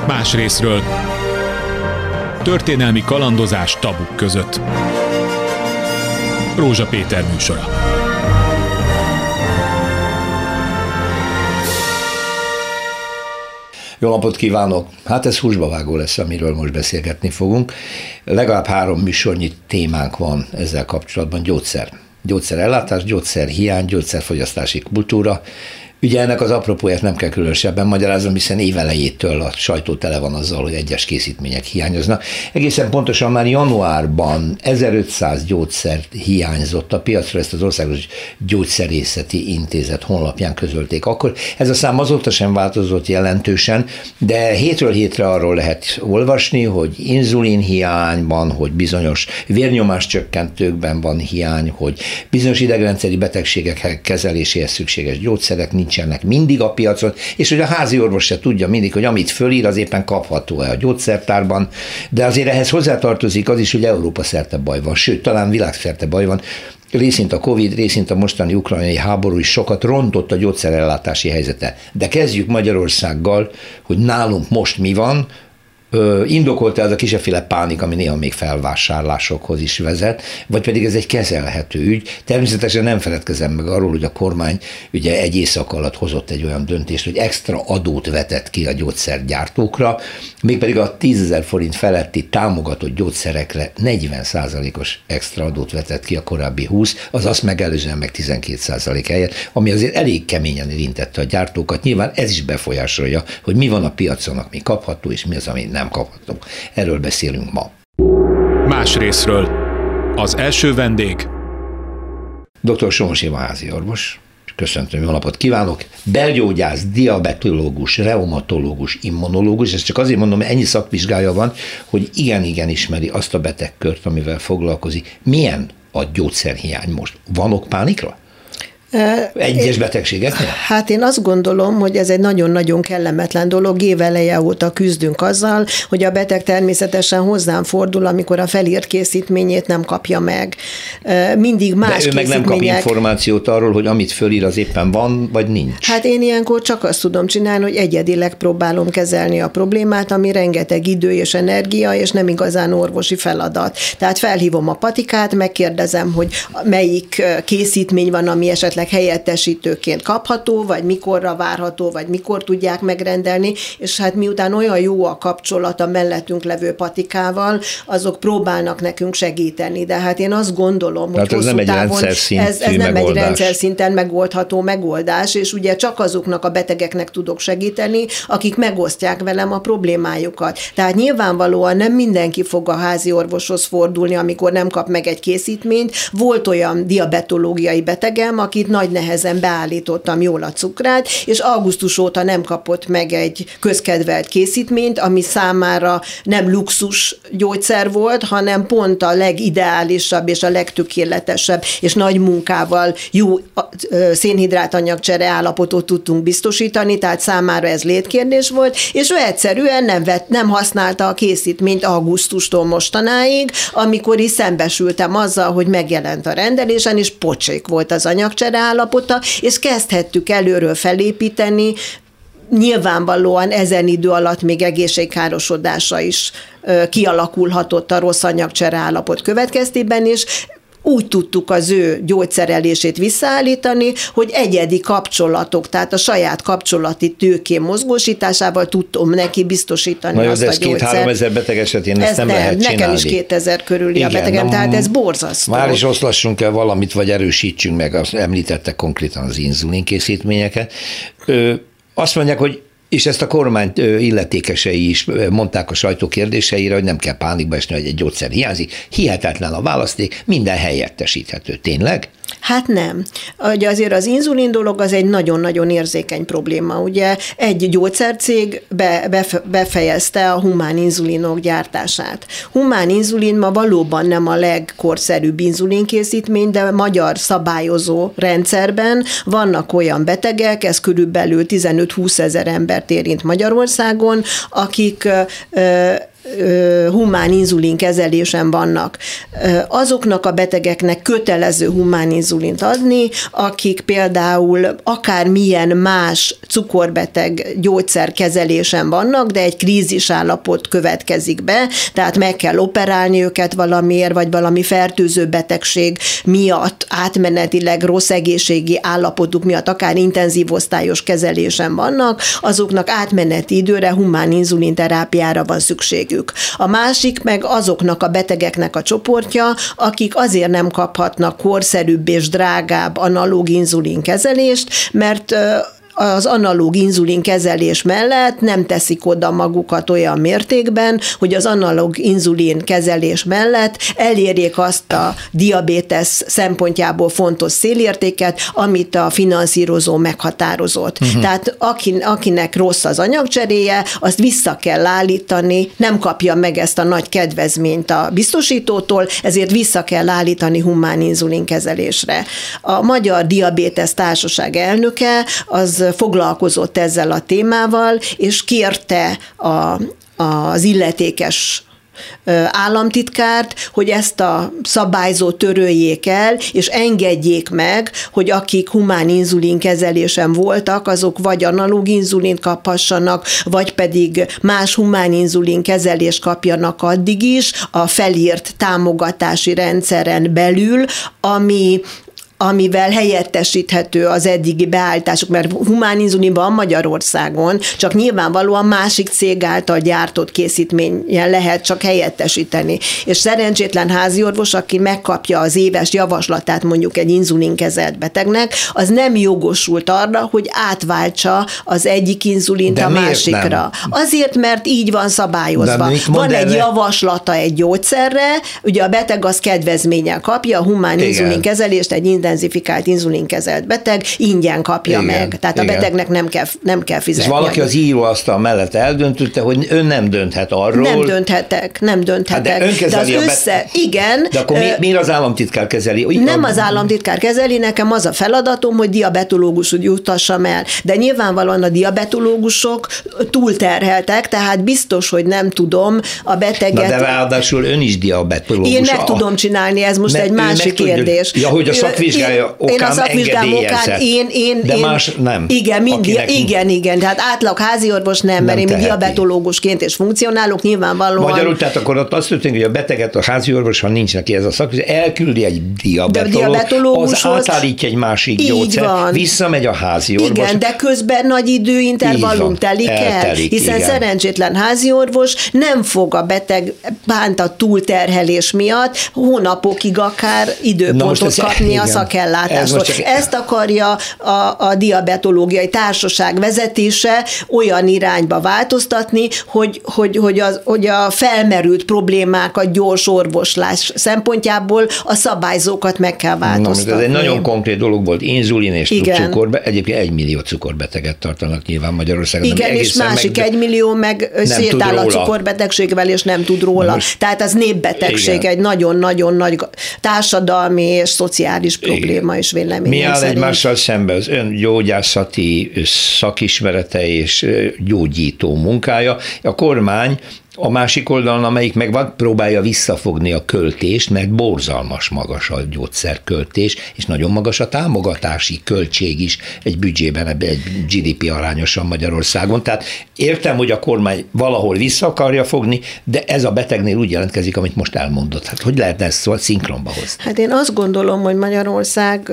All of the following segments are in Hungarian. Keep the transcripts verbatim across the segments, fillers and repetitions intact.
Más részről. Történelmi kalandozás tabuk között. Rózsa Péter műsora. Jó napot kívánok! Hát ez húsba vágó lesz, amiről most beszélgetni fogunk. Legalább három műsornyi témánk van ezzel kapcsolatban. Gyógyszer. Gyógyszerellátás, gyógyszerhiány, gyógyszerfogyasztási kultúra. Ugye ennek az apropóját nem kell különösebben magyaráznom, hiszen évelejétől a sajtó tele van azzal, hogy egyes készítmények hiányoznak. Egészen pontosan már januárban ezerötszáz gyógyszer hiányzott a piacra, ezt az Országos Gyógyszerészeti Intézet honlapján közölték akkor. Ez a szám azóta sem változott jelentősen, de hétről hétre arról lehet olvasni, hogy inzulinhiányban, hogy bizonyos vérnyomáscsökkentőkben van hiány, hogy bizonyos idegrendszeri betegségek kezeléséhez szükséges gyógyszerek nincs nincsenek mindig a piacon, és hogy a házi orvos se tudja mindig, hogy amit fölír, az éppen kapható-e a gyógyszertárban, de azért ehhez hozzátartozik az is, hogy Európa szerte baj van, sőt, talán világszerte baj van, részint a Covid, részint a mostani ukrajnai háború is sokat rontott a gyógyszerellátási helyzete. De kezdjük Magyarországgal, hogy nálunk most mi van. Indokolta ez a kiseféle pánik, ami néha még felvásárlásokhoz is vezet, vagy pedig ez egy kezelhető ügy. Természetesen nem feledkezem meg arról, hogy a kormány ugye egy éjszak alatt hozott egy olyan döntést, hogy extra adót vetett ki a gyógyszergyártókra, mégpedig a tízezer forint feletti támogatott gyógyszerekre negyven százalékos extra adót vetett ki a korábbi húsz, az azt megelőzően meg tizenkét százalék helyett, ami azért elég keményen érintette a gyártókat. Nyilván ez is befolyásolja, hogy mi van a piacon, ami kapható, és mi az, ami nem kaphatunk. Erről beszélünk ma. Más részről. Az első vendég. doktor Somos Éva házi orvos. Köszöntöm, jó napot kívánok. Belgyógyász, diabetológus, reumatológus, immunológus. Ezt csak azért mondom, mert ennyi szakvizsgája van, hogy igen-igen ismeri azt a betegkört, amivel foglalkozik. Milyen a gyógyszerhiány most? Van ok pánikra? Egyes betegségeknél? Hát én azt gondolom, hogy ez egy nagyon-nagyon kellemetlen dolog. Éveleje óta küzdünk azzal, hogy a beteg természetesen hozzám fordul, amikor a felírt készítményét nem kapja meg. Mindig más készítmények. De ő meg nem kap információt arról, hogy amit fölír, az éppen van, vagy nincs? Hát én ilyenkor csak azt tudom csinálni, hogy egyedileg próbálom kezelni a problémát, ami rengeteg idő és energia, és nem igazán orvosi feladat. Tehát felhívom a patikát, megkérdezem, hogy melyik készítmény van, ami esetleg helyettesítőként kapható, vagy mikorra várható, vagy mikor tudják megrendelni, és hát miután olyan jó a kapcsolat a mellettünk levő patikával, azok próbálnak nekünk segíteni, de hát én azt gondolom, hogy hát ez hosszú nem távon ez, ez nem megoldás. Egy rendszer szinten megoldható megoldás, és ugye csak azoknak a betegeknek tudok segíteni, akik megosztják velem a problémájukat. Tehát nyilvánvalóan nem mindenki fog a házi orvoshoz fordulni, amikor nem kap meg egy készítményt. Volt olyan diabetológiai betegem, akit nagy nehezen beállítottam jól a cukrát, és augusztus óta nem kapott meg egy közkedvelt készítményt, ami számára nem luxus gyógyszer volt, hanem pont a legideálisabb és a legtökéletesebb és nagy munkával jó szénhidrátanyagcsere állapotot tudtunk biztosítani, tehát számára ez létkérdés volt, és ő egyszerűen nem, vett, nem használta a készítményt augusztustól mostanáig, amikor is szembesültem azzal, hogy megjelent a rendelésen, és pocsék volt az anyagcsere állapota, és kezdhettük előről felépíteni, nyilvánvalóan ezen idő alatt még egészségkárosodása is kialakulhatott a rossz anyagcsere állapot következtében is. Úgy tudtuk az ő gyógyszerelését visszaállítani, hogy egyedi kapcsolatok, tehát a saját kapcsolati tőkén mozgósításával tudtam neki biztosítani. Na jó, azt de ez a gyógyszert. két-három ezer beteg esetén ezt ez nem, nem lehet nekem csinálni. Nekem is kétezer körüli Igen, a betegem, tehát ez borzasztó. Már is oszlassunk el valamit, vagy erősítsünk meg, azt említettek konkrétan az inzulinkészítményeket. Ö, azt mondják, hogy és ezt a kormány illetékesei is mondták a sajtó kérdéseire, hogy nem kell pánikba esni, hogy egy gyógyszer hiányzik. Hihetetlen a választék, minden helyettesíthető. Tényleg? Hát nem. Ugye azért az inzulin dolog az egy nagyon-nagyon érzékeny probléma. Ugye egy gyógyszercég be, bef, befejezte a humán inzulinok gyártását. Humán inzulin ma valóban nem a legkorszerűbb inzulinkészítmény, de magyar szabályozó rendszerben vannak olyan betegek, ez körülbelül tizenöt-húsz ezer embert érint Magyarországon, akik ö, humán inzulin kezelésen vannak, azoknak a betegeknek kötelező humán inzulint adni, akik például akármilyen más cukorbeteg gyógyszerkezelésen vannak, de egy krízis állapot következik be, tehát meg kell operálni őket valamiért, vagy valami fertőző betegség miatt, átmenetileg rossz egészségi állapotuk miatt, akár intenzív osztályos kezelésen vannak, azoknak átmeneti időre humán inzulin terápiára van szükségük. A másik meg azoknak a betegeknek a csoportja, akik azért nem kaphatnak korszerűbb és drágább analóg inzulin kezelést, mert az analóg inzulin kezelés mellett nem teszik oda magukat olyan mértékben, hogy az analóg inzulin kezelés mellett elérjék azt a diabétesz szempontjából fontos célértéket, amit a finanszírozó meghatározott. Uh-huh. Tehát aki, akinek rossz az anyagcseréje, azt vissza kell állítani, nem kapja meg ezt a nagy kedvezményt a biztosítótól, ezért vissza kell állítani humán inzulin kezelésre. A Magyar Diabétesz Társaság elnöke az foglalkozott ezzel a témával, és kérte a, az illetékes államtitkárt, hogy ezt a szabályzót töröljék el, és engedjék meg, hogy akik humán inzulin kezelésen voltak, azok vagy analóg inzulint kaphassanak, vagy pedig más humán inzulin kezelést kapjanak addig is a felírt támogatási rendszeren belül, ami amivel helyettesíthető az eddigi beállítások, mert humán inzulin van Magyarországon, csak nyilvánvalóan másik cég által gyártott készítményen lehet csak helyettesíteni. És szerencsétlen háziorvos, aki megkapja az éves javaslatát mondjuk egy inzulinkezelt betegnek, az nem jogosult arra, hogy átváltsa az egyik inzulint de a másikra. Nem? Azért, mert így van szabályozva. Van egy erre? javaslata egy gyógyszerre, ugye a beteg az kedvezménnyel kapja a humán inzulin kezelést, egy intenzifikált inzulinkezelt beteg ingyen kapja igen, meg. Tehát igen. a betegnek nem kell, nem kell fizetni. És valaki az íróasztal mellett eldöntötte, hogy ön nem dönthet arról. Nem dönthetek, nem dönthetek. Hát de ön kezeli de az össze, bet... igen. De akkor mi, miért az államtitkár kezeli? Úgy, nem az államtitkár kezeli, nekem az a feladatom, hogy diabetológusot juttassam el. De nyilvánvalóan a diabetológusok túlterheltek, tehát biztos, hogy nem tudom a beteget. Na de ráadásul ön is diabetológus. Én meg tudom csinálni, ez most egy másik kérdés. Ja, hogy a szakvizsgája okán engedélyezett. Én, én, de én, más nem. Igen, mindig, igen, igen. Tehát átlag háziorvos nem, nem mert én teheti. diabetológusként és funkcionálok, nyilvánvalóan. Magyarul, tehát akkor ott azt történik, hogy a beteget a háziorvos, ha nincs neki ez a szakvizsgája, elküldi egy diabetológus, az átállítja egy másik gyógyszer, visszamegy a háziorvos. Igen, de közben nagy időintervallum telik el, hiszen igen. szerencsétlen háziorvos nem fog a beteg bántat túlterhelés miatt hónapokig akár időpontot kapni a szakellátásról. Ez Ezt akarja a, a diabetológiai társaság vezetése olyan irányba változtatni, hogy, hogy, hogy, az, hogy a felmerült problémákat gyors orvoslás szempontjából a szabályzókat meg kell változtatni. Na, ez egy nagyon konkrét dolog volt. Inzulin és cukor, egyébként egy millió cukorbeteget tartanak nyilván Magyarországon. Igen, és másik meg, egy millió meg sétál a cukorbetegségvel, és nem tud róla. Most, Tehát az népbetegség, igen. egy nagyon-nagyon nagy társadalmi és szociális probléma is véleményem Mi áll szerint. egymással szemben az ön gyógyászati szakismerete és gyógyító munkája. A kormány a másik oldalon, amelyik meg van, próbálja visszafogni a költést, mert borzalmas magas a gyógyszerköltés, és nagyon magas a támogatási költség is egy büdzsében, egy gé dé pé arányosan Magyarországon. Tehát értem, hogy a kormány valahol vissza akarja fogni, de ez a betegnél úgy jelentkezik, amit most elmondott. Hát hogy lehetne ezt szóval szinkronba hozni? Hát én azt gondolom, hogy Magyarország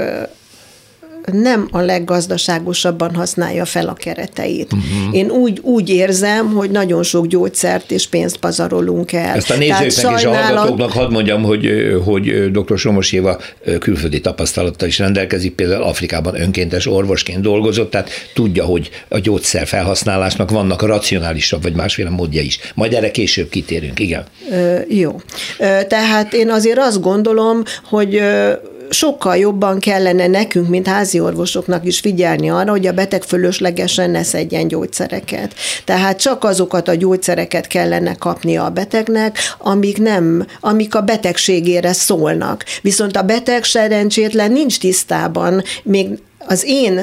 nem a leggazdaságosabban használja fel a kereteit. Uh-huh. Én úgy, úgy érzem, hogy nagyon sok gyógyszert és pénzt pazarolunk el. Ezt a nézőknek sajnálat... és a hallgatóknak hadd mondjam, hogy, hogy dr. Somos Éva külföldi tapasztalattal is rendelkezik, például Afrikában önkéntes orvosként dolgozott, tehát tudja, hogy a gyógyszer felhasználásnak vannak racionálisabb vagy másféle módja is. Majd erre később kitérünk, igen. Ö, jó. Ö, tehát én azért azt gondolom, hogy ö, sokkal jobban kellene nekünk, mint háziorvosoknak is figyelni arra, hogy a beteg fölöslegesen ne szedjen gyógyszereket. Tehát csak azokat a gyógyszereket kellene kapnia a betegnek, amik, nem, amik a betegségére szólnak. Viszont a beteg szerencsétlen nincs tisztában, még az én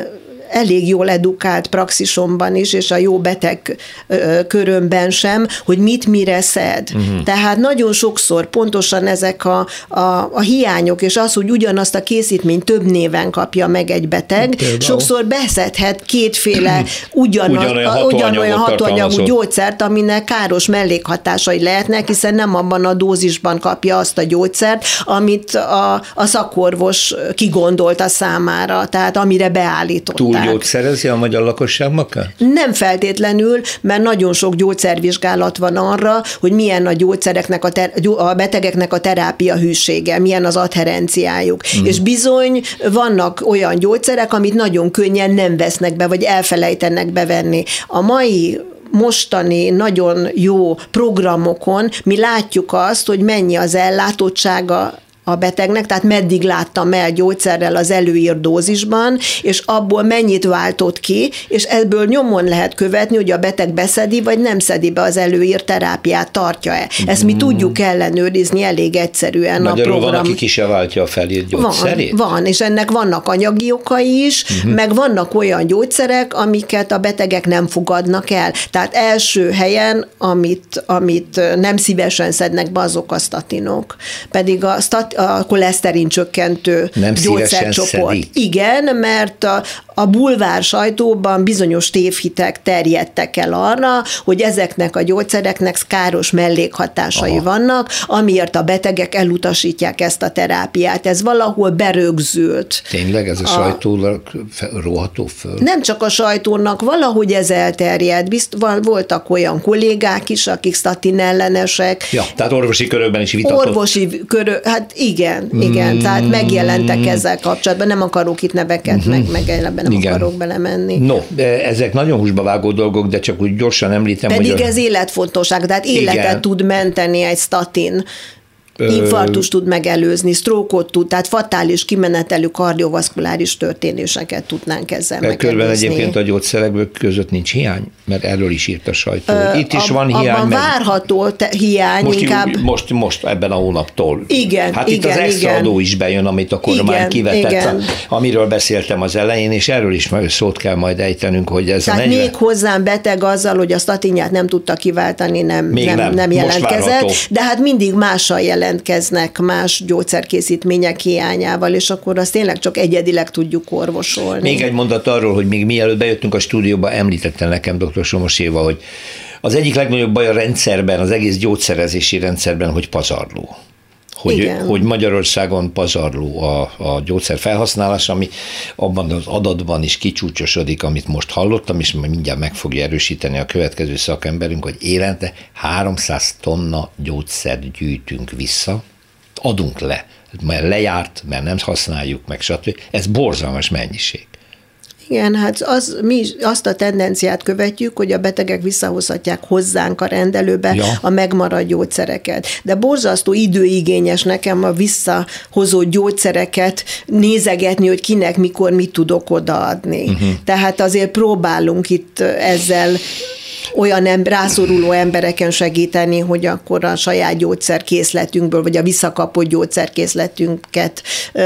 elég jól edukált praxisomban is, és a jó beteg körömben sem, hogy mit mire szed. Uh-huh. Tehát nagyon sokszor pontosan ezek a, a, a hiányok, és az, hogy ugyanazt a készítményt több néven kapja meg egy beteg, például sokszor beszedhet kétféle ugyanaz, ugyanolyan, ható ugyanolyan hatóanyagú gyógyszert, aminek káros mellékhatásai lehetnek, hiszen nem abban a dózisban kapja azt a gyógyszert, amit a, a szakorvos kigondolta számára, tehát amire beállították. Túlgyógyszerezi a magyar lakosság maga? Nem feltétlenül, mert nagyon sok gyógyszervizsgálat van arra, hogy milyen a gyógyszereknek, a, ter- a betegeknek a terápia hűsége, milyen az adherenciájuk. Mm. És bizony vannak olyan gyógyszerek, amit nagyon könnyen nem vesznek be, vagy elfelejtenek bevenni. A mai mostani nagyon jó programokon mi látjuk azt, hogy mennyi az ellátottsága a betegnek, tehát meddig láttam el gyógyszerrel az előírt dózisban, és abból mennyit váltott ki, és ebből nyomon lehet követni, hogy a beteg beszedi, vagy nem szedi be az előírt terápiát, tartja-e. Ezt mi tudjuk ellenőrizni elég egyszerűen. Magyarul a program. Van, aki ki se váltja a felírt gyógyszerét? Van, van, és ennek vannak anyagi okai is, uh-huh. meg vannak olyan gyógyszerek, amiket a betegek nem fogadnak el. Tehát első helyen, amit, amit nem szívesen szednek be, azok a statinok. Pedig a stat a koleszterin csökkentő nem gyógyszercsoport. Igen, mert a, a bulvár sajtóban bizonyos tévhitek terjedtek el arra, hogy ezeknek a gyógyszereknek káros mellékhatásai Aha. vannak, amiért a betegek elutasítják ezt a terápiát. Ez valahol berögzült. Tényleg ez a, a sajtónak róható föl? Nem csak a sajtónak, valahogy ez elterjed. Bizt, voltak olyan kollégák is, akik statin ellenesek. Ja, tehát orvosi körökben is vitatott. Orvosi körök, hát igen, igen, mm. tehát megjelentek ezzel kapcsolatban, nem akarok itt neveket, mm-hmm. meg, meg ebben nem igen. akarok belemenni. No, ezek nagyon húsba vágó dolgok, de csak úgy gyorsan említem, Pedig hogy... Pedig ez életfontosság, tehát életet igen. tud menteni egy statin. Infarktust tud megelőzni, sztrókot tud, tehát fatális kimenetelű kardiovaszkuláris történéseket tudnánk ezzel megelőzni. Körben egyébként a gyógyszerekből között nincs hiány, mert erről is írt a sajtó. Itt is a, van hiány. Abban meg... várható te, hiány most, inkább. Most, most ebben a hónaptól. Igen, Hát igen, itt az extra igen. adó is bejön, amit a kormány igen, kivetett, igen. amiről beszéltem az elején, és erről is szót kell majd ejtenünk, hogy ez tehát a negyven... még hozzám beteg azzal, hogy a statinját nem tudta kiváltani, nem, nem, nem. nem jelentkezett, de hát mindig mással jelentkeznek más gyógyszerkészítmények hiányával, és akkor azt tényleg csak egyedileg tudjuk orvosolni. Még egy mondat arról, hogy még mielőtt bejöttünk a stúdióba, említette nekem dr. Somos Éva, hogy az egyik legnagyobb baj a rendszerben, az egész gyógyszerezési rendszerben, hogy pazarló. Hogy, hogy Magyarországon pazarló a, a gyógyszer felhasználás, ami abban az adatban is kicsúcsosodik, amit most hallottam, és mindjárt meg fogja erősíteni a következő szakemberünk, hogy évente háromszáz tonna gyógyszert gyűjtünk vissza, adunk le, mert lejárt, mert nem használjuk, meg stb. Ez borzalmas mennyiség. Igen, hát az, mi azt a tendenciát követjük, hogy a betegek visszahozhatják hozzánk a rendelőbe ja. a megmaradt gyógyszereket. De borzasztó időigényes nekem a visszahozott gyógyszereket nézegetni, hogy kinek, mikor, mit tudok odaadni. Uh-huh. Tehát azért próbálunk itt ezzel olyan ember, rászoruló embereken segíteni, hogy akkor a saját gyógyszerkészletünkből, vagy a visszakapott gyógyszerkészletünket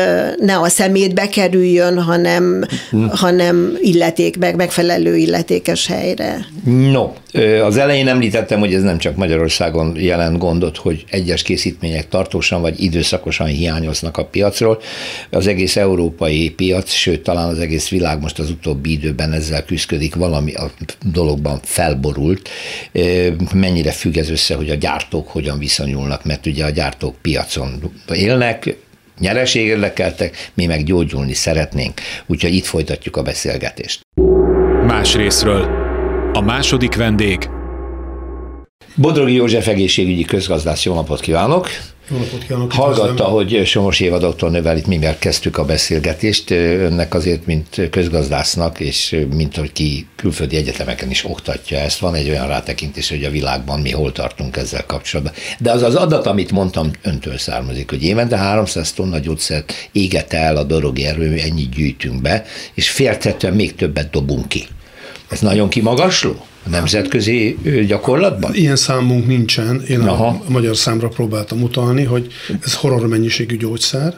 ne a szemétbe kerüljön, hanem, hmm. hanem illeték, meg, megfelelő illetékes helyre. No, az elején említettem, hogy ez nem csak Magyarországon jelent gondot, hogy egyes készítmények tartósan vagy időszakosan hiányoznak a piacról. Az egész európai piac, sőt talán az egész világ most az utóbbi időben ezzel küszködik, valami a dologban felborult. Mennyire függ ez össze, hogy a gyártók hogyan viszonyulnak, mert ugye a gyártók piacon élnek, nyereség érdekeltek, mi meg gyógyulni szeretnénk. Úgyhogy itt folytatjuk a beszélgetést. Más részről. A második vendég. Bodrogi József egészségügyi közgazdász, jó napot kívánok! Jó napot kívánok! Hallgatta, hogy Somos Éva doktornővel itt mivel kezdtük a beszélgetést, önnek azért, mint közgazdásznak, és mint hogy ki külföldi egyetemeken is oktatja ezt, van egy olyan rátekintés, hogy a világban mi hol tartunk ezzel kapcsolatban. De az az adat, amit mondtam, öntől származik, hogy évente háromszáz tonna gyógyszert éget el a dorogi erő, ennyit gyűjtünk be, és féltetően még többet dobunk ki. Ez nagyon kimagasló a nemzetközi gyakorlatban? Ilyen számunk nincsen. Én Aha. a magyar számra próbáltam utalni, hogy ez horror mennyiségű gyógyszer.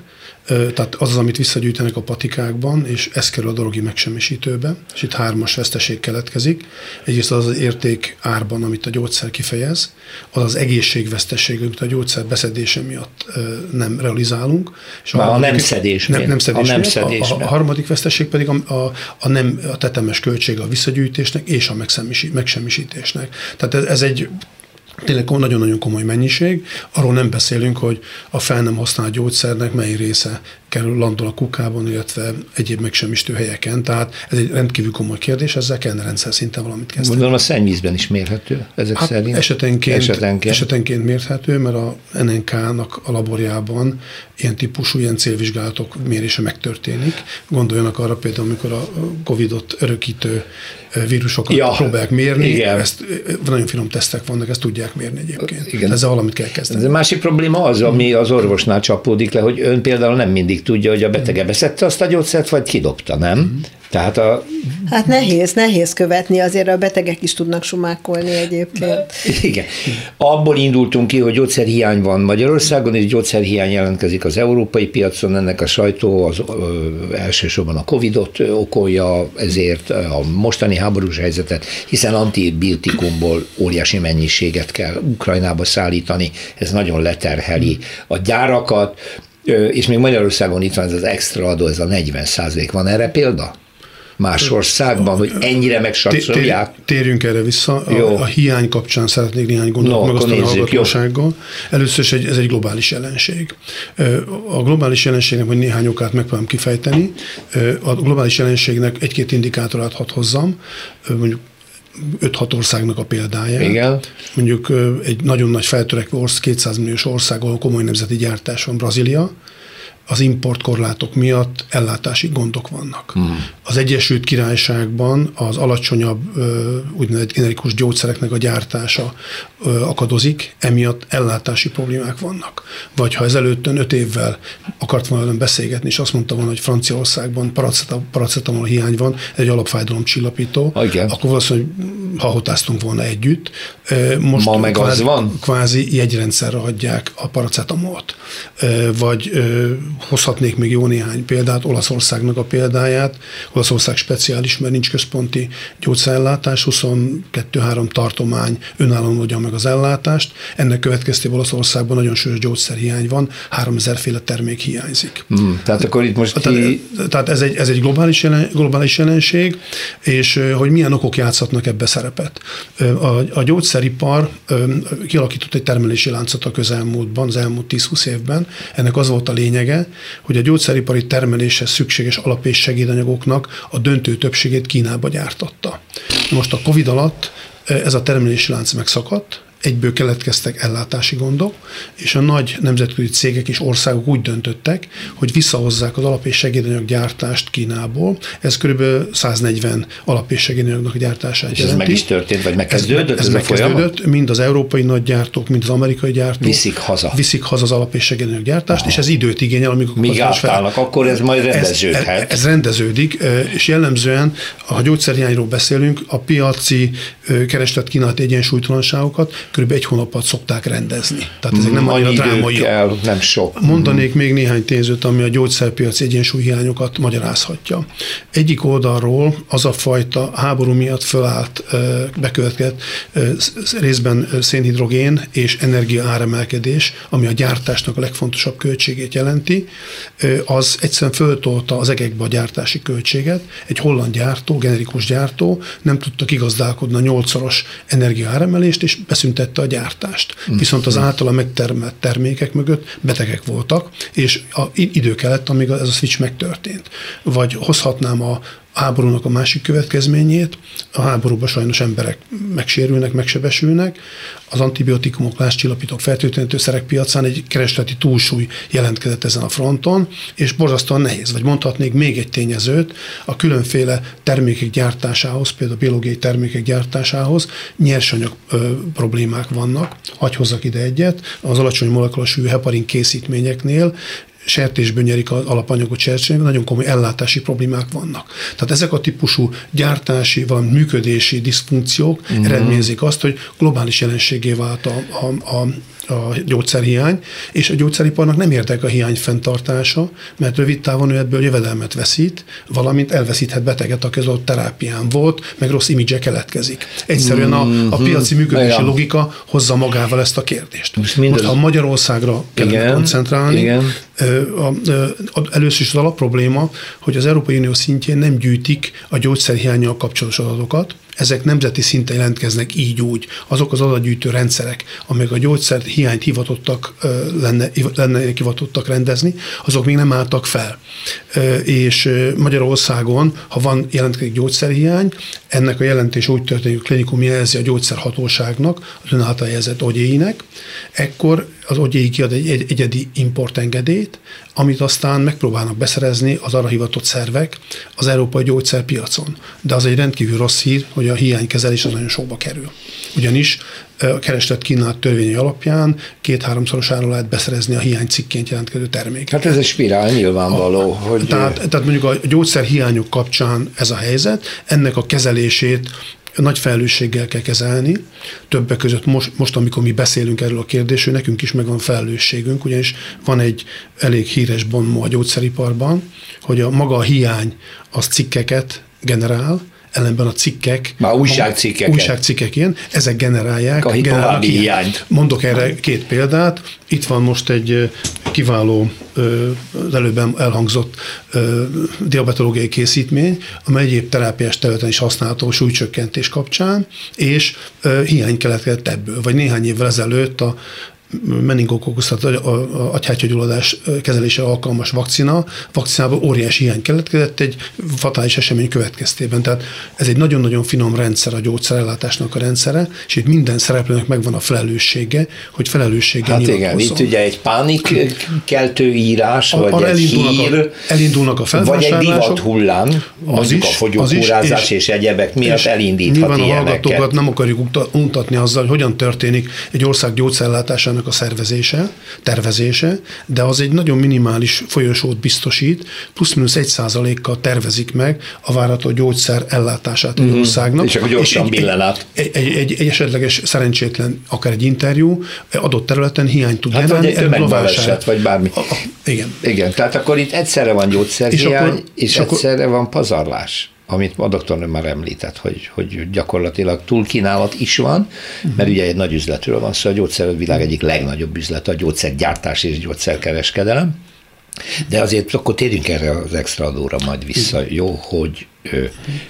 Tehát az az, amit visszagyűjtenek a patikákban, és ez kerül a drogi megsemmisítőbe, és itt hármas veszteség keletkezik. Egyrészt az az érték árban, amit a gyógyszer kifejez, az az egészségveszteség, amit a gyógyszer beszedése miatt nem realizálunk. És a, a nem szedés nem, nem szedés, a, nem szedés a, a harmadik veszteség pedig a, a, a, nem, a tetemes költsége a visszagyűjtésnek és a megsemmisítésnek. Tehát ez, ez egy tényleg nagyon-nagyon komoly mennyiség. Arról nem beszélünk, hogy a fel nem használt gyógyszernek mely része kerül, landol a kukában, illetve egyéb megsemmisítő helyeken. Tehát ez egy rendkívül komoly kérdés, ezzel kellene rendszer szinten valamit kezdeni. Gondolom a szennyvízben is mérhető ezek hát szerint? Esetenként, esetenként. esetenként mérhető, mert a en en ká-nak a laborjában ilyen típusú, ilyen célvizsgálatok mérése megtörténik. Gondoljanak arra például, amikor a Covidot örökítő vírusokat ja, próbálják mérni. Igen. Ezt, nagyon finom tesztek vannak, ezt tudják mérni egyébként. Igen. Ezzel valamit kell kezdeni. Ez a másik probléma az, ami az orvosnál csapódik le, hogy ön például nem mindig tudja, hogy a betege beszedte azt a gyógyszert, vagy kidobta, nem? Mm. Tehát a... Hát nehéz, nehéz követni, azért a betegek is tudnak sumákolni egyébként. Igen. Abból indultunk ki, hogy gyógyszerhiány van Magyarországon, és gyógyszerhiány jelentkezik az európai piacon, ennek a sajtó az ö, elsősorban a Covidot okolja, ezért a mostani háborús helyzetet, hiszen antibiotikumból óriási mennyiséget kell Ukrajnába szállítani, ez nagyon leterheli a gyárakat, és még Magyarországon itt van ez az extra adó, ez a negyven százalék. Van erre példa? Más országban, hogy ennyire megsatszolják? Térjünk erre vissza. A, a hiány kapcsán szeretnék néhány gondolatot no, megosztani a hallgatósággal. Először is egy, ez egy globális jelenség. A globális jelenségnek vagy néhány okát megpróbálom kifejteni. A globális jelenségnek egy-két indikátorát hadd hozzam, mondjuk öt-hat országnak a példáját. Igen. Mondjuk egy nagyon nagy feltörekvő ország, kétszáz milliós ország, ahol komoly nemzeti gyártás van, Brazília, az importkorlátok miatt ellátási gondok vannak. Hmm. Az Egyesült Királyságban az alacsonyabb úgynevezett generikus gyógyszereknek a gyártása akadozik, emiatt ellátási problémák vannak. Vagy ha ezelőttön öt évvel akart volna velem beszélgetni, és azt mondta volna, hogy Franciaországban paracetamol hiány van, egy alapfájdalomcsillapító, igen, akkor valószínűleg hahotáztunk volna együtt. Most ma meg kvázi, az van? Kvázi jegyrendszerre adják a paracetamolt. Vagy hozhatnék még jó néhány példát, Olaszországnak a példáját. Olaszország speciális, mert nincs központi gyógyszerellátás, huszonkettő-három tartomány önállóan adja meg az ellátást. Ennek következtében Olaszországban nagyon súlyos gyógyszerhiány van, háromezerféle termék hiányzik. Hmm, tehát akkor itt most tehát, ki... tehát ez egy, ez egy globális, jelen, globális jelenség, és hogy milyen okok játszhatnak ebbe szerepet. A, a gyógyszeripar kialakított egy termelési láncot a közelmúltban, az elmúlt tíz-húsz évben. Ennek az volt a lényege, hogy a gyógyszeripari termeléshez szükséges alap- és segédanyagoknak a döntő többségét Kínába gyártotta. Most a Covid alatt ez a termelési lánc megszakadt, egyből keletkeztek ellátási gondok, és a nagy nemzetközi cégek és országok úgy döntöttek, hogy visszahozzák az alap- és segédanyag gyártást Kínából. Ez kb. száznegyven alap- és segédanyagnak a gyártását és jelenti. ez meg is történt, vagy megkezdődött? Ez, ez, ez megkezdődött, mind az európai nagygyártók, mind az amerikai gyártók. Viszik haza. Viszik haza az alap- és segédanyag gyártást, aha, és ez időt igényel, amikor... Míg átállnak, akkor ez majd rendeződhet. Ez, ez, ez rendeződik, és jellemzően, ha gyógyszerhiányról beszélünk, a piaci kereslet-kínálati egyensúlytalanságokat kb. Egy hónapot szokták rendezni. Tehát ezek nem annyira drámai. Kell, nem sok. Mondanék mm-hmm. még néhány tényzőt, ami a gyógyszerpiaci egyensúlyhiányokat magyarázhatja. Egyik oldalról az a fajta háború miatt fölállt, bekövetkezett részben szénhidrogén és energia áremelkedés, ami a gyártásnak a legfontosabb költségét jelenti, az egyszerűen föltolta az egekbe a gyártási költséget. Egy holland gyártó, generikus gyártó nem tudta kigazdálkodni a nyolcszoros energia áremelést, és beszüntette a gyártást. Mm. Viszont az általa megtermelt termékek mögött betegek voltak, és a, idő kellett, amíg ez a switch megtörtént. Vagy hozhatnám a háborúnak a másik következményét, a háborúban sajnos emberek megsérülnek, megsebesülnek, az antibiotikumok, lázcsillapítók, fertőtlenítőszerek piacán egy keresleti túlsúly jelentkezett ezen a fronton, és borzasztóan nehéz. Vagy mondhatnék még egy tényezőt, a különféle termékek gyártásához, például a biológiai termékek gyártásához nyersanyag ö, problémák vannak. Hagy hozzak ide egyet, az alacsony molekulasúlyú heparin készítményeknél sertésből nyerik az alapanyagot sertésből, nagyon komoly ellátási problémák vannak. Tehát ezek a típusú gyártási, valami működési diszfunkciók uh-huh. eredményezik azt, hogy globális jelenségé vált a, a, a a gyógyszerhiány, és a gyógyszeriparnak nem érdek a hiány fenntartása, mert rövid távon ő ebből jövedelmet veszít, valamint elveszíthet beteget, aki az ott terápián volt, meg rossz imidzse keletkezik. Egyszerűen a, a piaci működési igen. logika hozza magával ezt a kérdést. Most, Most ha Magyarországra kellene koncentrálni, igen. A, a, először is az alapprobléma, hogy az Európai Unió szintjén nem gyűjtik a gyógyszerhiánnyal kapcsolatos adatokat, ezek nemzeti szinten jelentkeznek így úgy. Azok az adatgyűjtő rendszerek, amelyek a gyógyszer hiányt hivatottak, lenne, lenne hivatottak rendezni, azok még nem álltak fel. És Magyarországon, ha van jelentkezik gyógyszerhiány, ennek a jelentés úgy történik, hogy a klinikum jelzi a gyógyszerhatóságnak, az ön által jelzett ogyéinek, ekkor az ogyéi kiad egy egyedi importengedélyt, amit aztán megpróbálnak beszerezni az arra hivatott szervek az európai gyógyszerpiacon. De az egy rendkívül rossz hír, hogy a hiánykezelés az nagyon sokba kerül. Ugyanis a kereslet kínálat törvényi alapján két-háromszoros áron lehet beszerezni a hiány cikként jelentkező terméket. Hát ez egy spirál nyilvánvaló. A, hogy tehát, tehát mondjuk a gyógyszerhiányok kapcsán ez a helyzet, ennek a kezelését nagy felelősséggel kell kezelni. Többek között most, most, amikor mi beszélünk erről a kérdésről, nekünk is megvan felelősségünk, ugyanis van egy elég híres bonmó a gyógyszeriparban, hogy a maga a hiány az cikkeket generál, ellenben a cikkek, már újságcikkek, újságcikkek ilyen, ezek generálják, a generálnak hiányt. Mondok erre két példát. Itt van most egy kiváló, az előbb elhangzott diabetológiai készítmény, amely egyéb terápiás területen is használható súlycsökkentés kapcsán, és hiány keletkezett ebből. Vagy néhány évvel ezelőtt a meningokokkusz, tehát agyhártyagyulladás kezelésre alkalmas vakcina, vakcinában óriási hiány keletkezett egy fatális esemény következtében. Tehát ez egy nagyon-nagyon finom rendszer a gyógyszerellátásnak a rendszere, és itt minden szereplőnek megvan a felelőssége, hogy felelősséggel hát nyilatkozzon. Igen, itt ugye egy pánikkeltő írás, a, vagy egy hír, a, elindulnak a felvásárlások. Vagy egy divat hullám, az is, a fogyókúrázás és, és egyebek miatt és elindíthat nyilván ilyeneket. A hallgatókat nem akarjuk untatni azzal, hogy hogyan történik egy ország gyógyszerellátásának a szervezése, tervezése, de az egy nagyon minimális folyosót biztosít, plusz-minusz egy százalékkal tervezik meg a várható gyógyszer ellátását egy mm-hmm. országnak. És akkor gyorsan billen át. Egy, egy, egy, egy esetleges szerencsétlen, akár egy interjú, adott területen hiányt tud hát generálni. Hát vagy egy tömegbaleset, vagy bármi. A, a, igen. Igen, tehát akkor itt egyszerre van gyógyszerhiány, és, akkor, és, és egyszerre akkor, van pazarlás, amit a doktornő már említett, hogy, hogy gyakorlatilag túlkínálat is van, uh-huh. mert ugye egy nagy üzletről van szó, szóval a gyógyszervilág egyik legnagyobb üzlet, a gyógyszergyártás és gyógyszerkereskedelem, de azért akkor térjünk erre az extra adóra majd vissza, uh-huh. jó, hogy ő,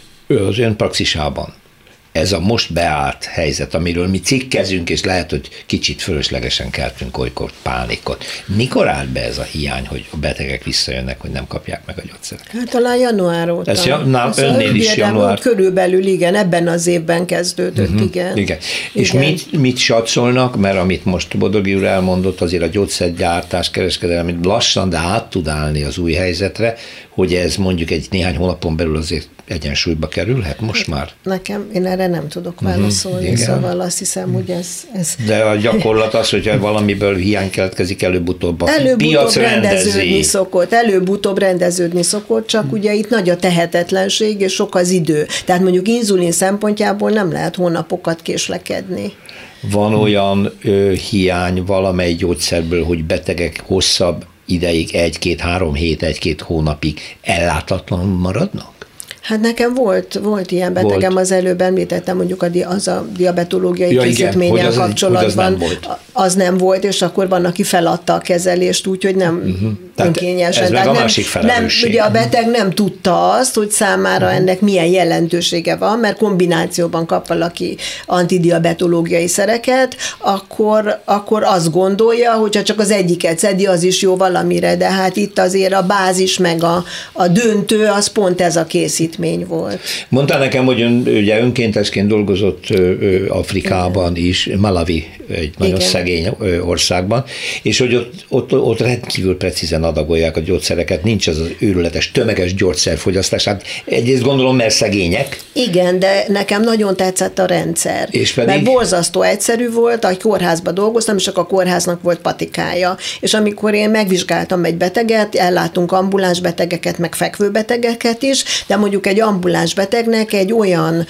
ő az ön praxisában ez a most beállt helyzet, amiről mi cikkezünk, és lehet, hogy kicsit fölöslegesen keltünk olykor pánikot. Mikor állt be ez a hiány, hogy a betegek visszajönnek, hogy nem kapják meg a gyógyszereket? Hát talán január óta. Ez ja, na, önnél is január. Körülbelül igen, ebben az évben kezdődött, uh-huh, igen. igen. És igen. mit, mit satszolnak, mert amit most Bodogi úr elmondott, azért a gyógyszergyártás, kereskedelem lassan, de át tud állni az új helyzetre, hogy ez mondjuk egy néhány hónapon belül azért egyensúlyba kerülhet most már? Nekem, én erre nem tudok válaszolni, uh-huh, szóval azt hiszem, hogy ez, ez... De a gyakorlat az, hogyha valamiből hiány keletkezik, előbb-utóbb a előbb piac rendeződni rendezi. szokott, előbb-utóbb rendeződni szokott, csak uh-huh. ugye itt nagy a tehetetlenség, és sok az idő. Tehát mondjuk inzulin szempontjából nem lehet hónapokat késlekedni. Van olyan ö, hiány valamely gyógyszerből, hogy betegek hosszabb ideig, egy-két-három hét, egy-két hónapig ellátatlan maradnak? Hát nekem volt, volt ilyen betegem, volt. Az előbb említettem, mondjuk a, az a diabetológiai ja, készítménnyel az, kapcsolatban. az nem volt. Az nem volt, és akkor van, aki feladta a kezelést úgy, hogy nem uh-huh. önkényesen. Ez meg a nem, másik felelősség. Nem, ugye a beteg nem tudta azt, hogy számára uh-huh. ennek milyen jelentősége van, mert kombinációban kap valaki antidiabetológiai szereket, akkor, akkor azt gondolja, hogyha csak az egyiket szedi, az is jó valamire, de hát itt azért a bázis meg a, a döntő, az pont ez a készítmény volt. Mondta nekem, hogy ön, ugye önkéntesként dolgozott ö, Afrikában igen. is, Malawi, egy nagyon igen. szegény ö, országban, és hogy ott, ott, ott rendkívül precízen adagolják a gyógyszereket, nincs az az őrületes, tömeges gyógyszerfogyasztás. Hát egyrészt gondolom, mert szegények. Igen, de nekem nagyon tetszett a rendszer. És pedig? Mert borzasztó egyszerű volt, a kórházban dolgoztam, és akkor a kórháznak volt patikája. És amikor én megvizsgáltam egy beteget, ellátunk ambuláns betegeket, meg fekvő betegeket is, de mondjuk egy ambuláns betegnek egy olyan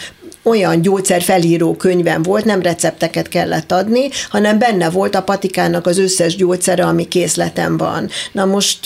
olyan gyógyszerfelíró könyvem volt, nem recepteket kellett adni, hanem benne volt a patikának az összes gyógyszere, ami készletem van. Na most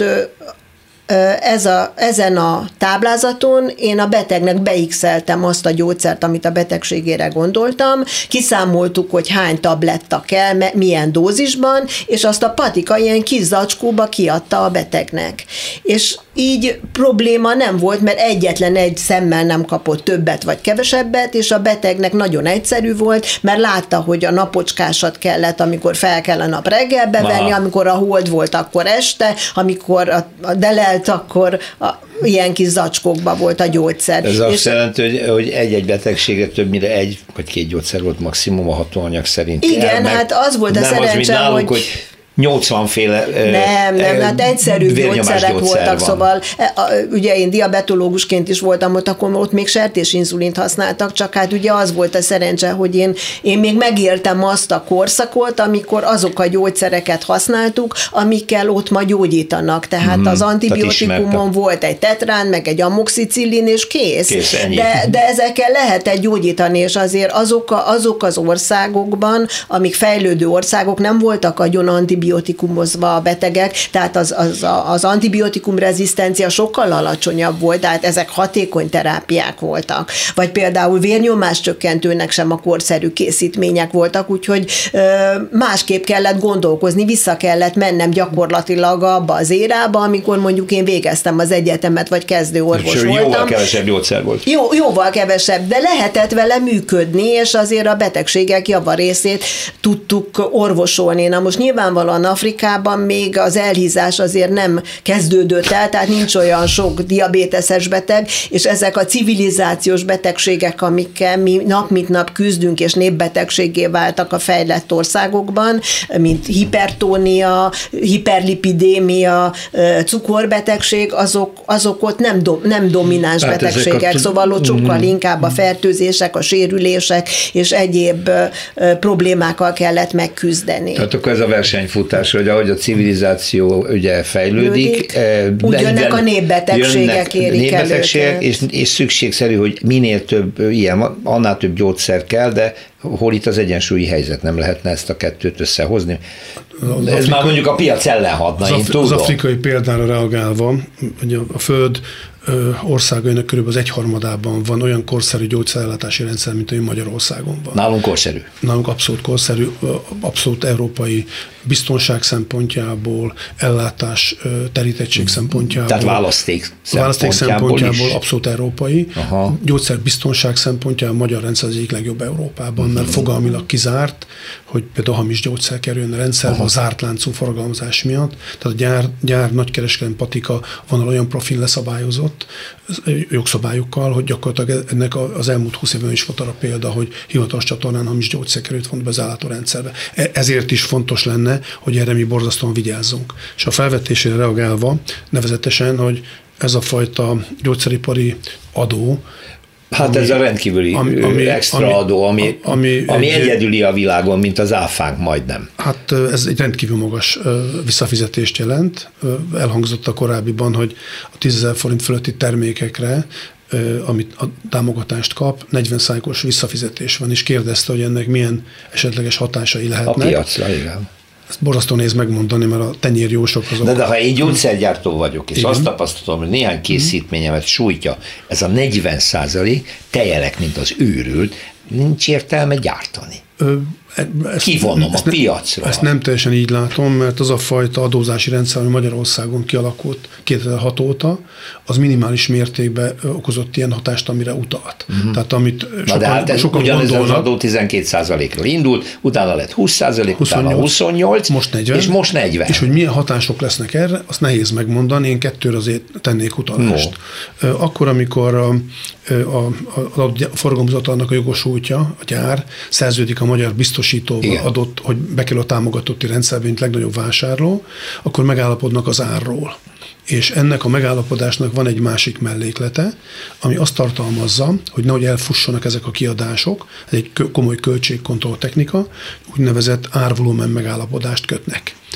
Ez a, ezen a táblázaton én a betegnek beixeltem azt a gyógyszert, amit a betegségére gondoltam, kiszámoltuk, hogy hány tabletta kell, milyen dózisban, és azt a patika ilyen kis zacskóba kiadta a betegnek. És így probléma nem volt, mert egyetlen egy szemmel nem kapott többet vagy kevesebbet, és a betegnek nagyon egyszerű volt, mert látta, hogy a napocskásat kellett, amikor fel kell a nap reggel bevenni, Aha. amikor a hold volt, akkor este, amikor a, a delelt, akkor a, ilyen kis zacskókban volt a gyógyszer. Ez azt jelenti, hogy, hogy egy-egy betegségre többnyire egy vagy két gyógyszer volt maximum a hatóanyag szerint. Igen, el, hát az volt a szerencse, az, nálunk, hogy... hogy nyolcvan féle Nem, nem, hát egyszerű gyógyszerek voltak, van. Szóval ugye én diabetológusként is voltam ott, akkor ott még sertésinzulint használtak, csak hát ugye az volt a szerencse, hogy én, én még megéltem azt a korszakot, amikor azok a gyógyszereket használtuk, amikkel ott ma gyógyítanak. Tehát mm, az antibiotikumon volt egy tetrán, meg egy amoxicillin, és kész. kész de, de ezekkel lehetett gyógyítani, és azért azok, a, azok az országokban, amik fejlődő országok, nem voltak agyon antibiotikumok, antibiotikumozva a betegek, tehát az, az, az antibiotikum rezisztencia sokkal alacsonyabb volt, tehát ezek hatékony terápiák voltak. Vagy például vérnyomás csökkentőnek sem a korszerű készítmények voltak, úgyhogy ö, másképp kellett gondolkozni, vissza kellett mennem gyakorlatilag abba az érába, amikor mondjuk én végeztem az egyetemet, vagy kezdőorvos és voltam. Jóval kevesebb gyógyszer volt. Jó, jóval kevesebb, de lehetett vele működni, és azért a betegségek javarészét tudtuk orvosolni. Na most nyilvánvalóan Afrikában még az elhízás azért nem kezdődött el, tehát nincs olyan sok diabéteses beteg, és ezek a civilizációs betegségek, amikkel mi nap mint nap küzdünk, és népbetegségé váltak a fejlett országokban, mint hipertónia, hiperlipidémia, cukorbetegség, azok, azok ott nem, do, nem domináns hát betegségek, a... szóval ott sokkal inkább a fertőzések, a sérülések és egyéb problémákkal kellett megküzdeni. Tehát akkor ez a versenyfut hogy ahogy a civilizáció ugye fejlődik, úgy jönnek a népbetegségek, érik népbetegségek, és, és szükségszerű, hogy minél több ilyen, annál több gyógyszer kell, de hol itt az egyensúlyi helyzet, nem lehetne ezt a kettőt összehozni? Ez afrikai, már mondjuk a piac ellen hadna, az, én af, tudom. Az afrikai példára reagálva, hogy a Föld országainak körülbelül az egyharmadában van olyan korszerű gyógyszerellátási rendszer, mint ami Magyarországon van. Nálunk korszerű. Nálunk abszolút korszerű, abszolút európai biztonság szempontjából, ellátás terítettség szempontjából. Tehát választék szempontjából, választék szempontjából abszolút európai. Aha. Gyógyszerbiztonság szempontjából a magyar rendszer az egyik legjobb Európában, uh-huh. mert fogalmilag kizárt, hogy például hamis gyógyszer kerüljön a rendszerbe a zárt láncú forgalmazás miatt. Tehát a gyár, gyár nagykereskedelmi patika vonal olyan profil leszabályozott jogszabályokkal, hogy gyakorlatilag ennek az elmúlt húsz évben is volt arra példa, hogy hivatalos csatornán hamis gyógyszer került volna be az ellátórendszerbe. Ezért is fontos lenne, hogy erre mi borzasztóan vigyázzunk. És a felvetésére reagálva, nevezetesen, hogy ez a fajta gyógyszeripari adó, Hát ami, ez a rendkívüli ami, ami, extra ami, adó, ami, ami, ami egy, egyedüli a világon, mint az áfánk majdnem. Hát ez egy rendkívül magas visszafizetést jelent. Elhangzott a korábbiban, hogy a tízezer forint fölötti termékekre, amit a támogatást kap, negyven százalékos visszafizetés van, és kérdezte, hogy ennek milyen esetleges hatásai lehetnek. A piacra, igen. Ezt borzasztó néz megmondani, mert a tenyérjósok azok... De, de ha én gyógyszergyártó vagyok, és igen. azt tapasztalom, hogy néhány készítményemet sújtja, ez a negyven százalék, tejelek, mint az őrült, nincs értelme gyártani. Ö, ezt, Kivonom ezt a ne, piacra. Ezt nem teljesen így látom, mert az a fajta adózási rendszer, ami Magyarországon kialakult kétezer-hat óta, az minimális mértékben okozott ilyen hatást, amire utalt. Uh-huh. Tehát amit Na sokan, de hát ez sokan ugyanez gondolnak, az adó tizenkét százalékról indult, utána lett húsz százalék, utána huszonnyolc, most negyven, és most negyven. És hogy milyen hatások lesznek erre, azt nehéz megmondani, én kettőre azért tennék utalást. No. Akkor, amikor a, a, a, a forgalomzatalnak a jogosultja, a gyár, szerződik a magyar biztosítóval igen. adott, hogy bekerül a támogatotti rendszerbe, mint legnagyobb vásárló, akkor megállapodnak az árról. És ennek a megállapodásnak van egy másik melléklete, ami azt tartalmazza, hogy nehogy elfussanak ezek a kiadások, ez egy komoly költségkontroll technika, úgynevezett árvolumen megállapodást kötnek.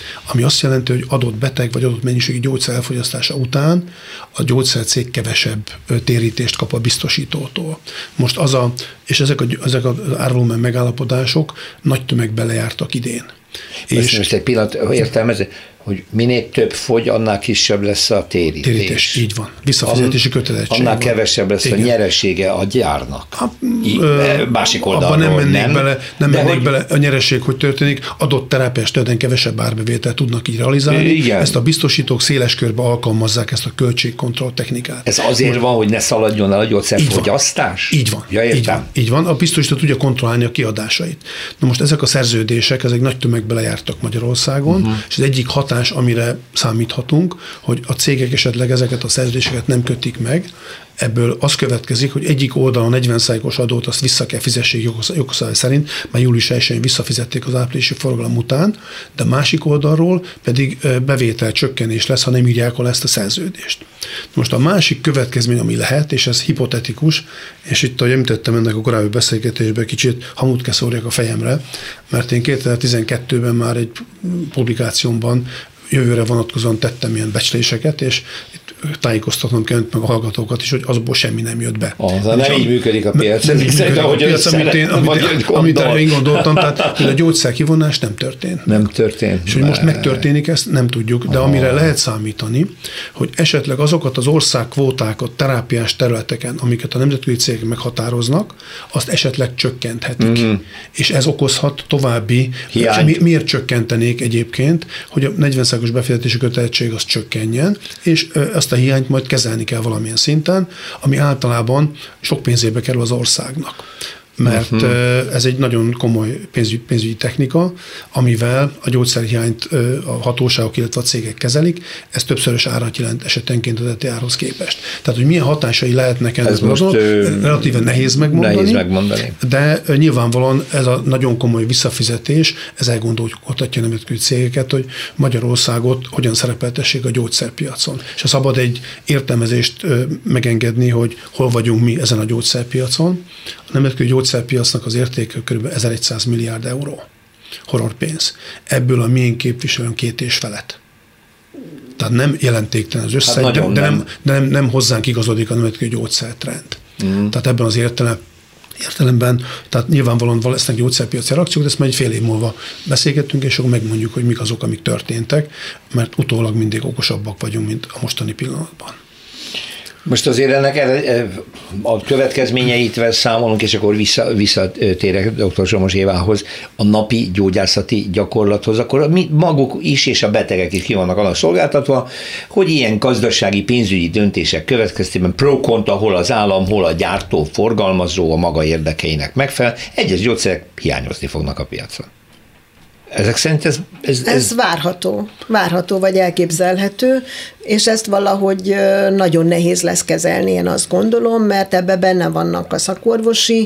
ami azt jelenti, hogy adott beteg vagy adott mennyiségű gyógyszer elfogyasztása után a gyógyszercég kevesebb térítést kap a biztosítótól. Most az a, és ezek, a, ezek az árvolumen megállapodások nagy tömegben lejártak idén. És most egy pillanat értelmező, hogy minél több fogy, annál kisebb lesz a térítés. Térítés, így van. Visszafizetési kötelezettség Annál van. kevesebb lesz igen. a nyeresége a gyárnak. Ha, I, ö, másik oldalról nem mennék nem. bele, nem mennék hogy... bele a nyereség, hogy történik. Adott terápiás területen kevesebb árbevételt tudnak így realizálni. Igen. Ezt a biztosítók széles körbe alkalmazzák ezt a költségkontroll technikát. Ez azért Most, van, hogy ne szaladjon el a gyógyszerfogyasztás? Így van. Ja, így van. Így van. A biztosító tudja kontrollálni a kiadásait. Na most ezek a szerződések, ezek nagy tömegbe lejártak Magyarországon, uh-huh. és az egyik hatás, amire számíthatunk, hogy a cégek esetleg ezeket a szerződéseket nem kötik meg, ebből az következik, hogy egyik oldalon a negyven százalékos adót azt vissza kell fizessék jogszabály szerint, már július elsején visszafizették az áprilisi forgalom után, de másik oldalról pedig bevétel csökkenés lesz, ha nem írják alá ezt a szerződést. Most a másik következmény, ami lehet, és ez hipotetikus, és itt, ahogy említettem ennek a korábbi beszélgetésben, kicsit hamut kell szórjak a fejemre, mert én kétezer-tizenkettőben már egy publikációmban jövőre vonatkozóan tettem ilyen becsléseket, és tájékoztatnom kell meg a hallgatókat is, hogy azból semmi nem jött be. Az, nem így működik a piac. Nem így működik a piac, amit én, amit, amit én gondoltam, tehát hogy a gyógyszer kivonás nem történt. Nem történt. És hogy most megtörténik, ezt nem tudjuk, de amire lehet számítani, hogy esetleg azokat az országkvótákat terápiás területeken, amiket a nemzetközi cégek meghatároznak, azt esetleg csökkenthetik. Mm-hmm. És ez okozhat további, mi, miért csökkentenék egyébként, hogy a negyven százalékos befizetési kötelezettség az csökkenjen, és azt a hiányt majd kezelni kell valamilyen szinten, ami általában sok pénzébe kerül az országnak. Mert uh-huh. ez egy nagyon komoly pénzügyi, pénzügyi technika, amivel a gyógyszerhiányt a hatóságok, illetve a cégek kezelik, ez többszörös árat jelent esetenként az é té á-hoz képest. Tehát, hogy milyen hatásai lehetnek ennek az azon, relatíve nehéz megmondani, nehéz megmondani, de nyilvánvalóan ez a nagyon komoly visszafizetés, ez elgondolkodtatja a nemzetközi cégeket, hogy Magyarországot hogyan szerepeltessék a gyógyszerpiacon. És ha szabad egy értelmezést megengedni, hogy hol vagyunk mi ezen a gyógyszerpiacon, a nemzetközi gyógyszerpiacnak az értéke kb. ezerszáz milliárd euró. Horrorpénz. Ebből a miénk képviselőn két és felett. Tehát nem jelentéktelen az összeg, hát de, de, nem, de nem, nem hozzánk igazodik a nemzetközi gyógyszertrend. Mm. Tehát ebben az értelem, értelemben, tehát nyilvánvalóan lesznek gyógyszerpiaci reakciók, de ezt majd egy fél év múlva beszélgettünk, és akkor megmondjuk, hogy mik azok, amik történtek, mert utólag mindig okosabbak vagyunk, mint a mostani pillanatban. Most azért ennek a következményeitvel számolunk, és akkor vissza, visszatérek dr. Somos Évához, a napi gyógyászati gyakorlathoz, akkor mi maguk is és a betegek is ki vannak annak szolgáltatva, hogy ilyen gazdasági, pénzügyi döntések következtében pro-kontra, hol az állam, hol a gyártó, forgalmazó a maga érdekeinek megfelel, egyes gyógyszerek hiányozni fognak a piacon. Ezek szerint ez, ez, ez... Ez várható, várható vagy elképzelhető, és ezt valahogy nagyon nehéz lesz kezelni, én azt gondolom, mert ebbe benne vannak a szakorvosi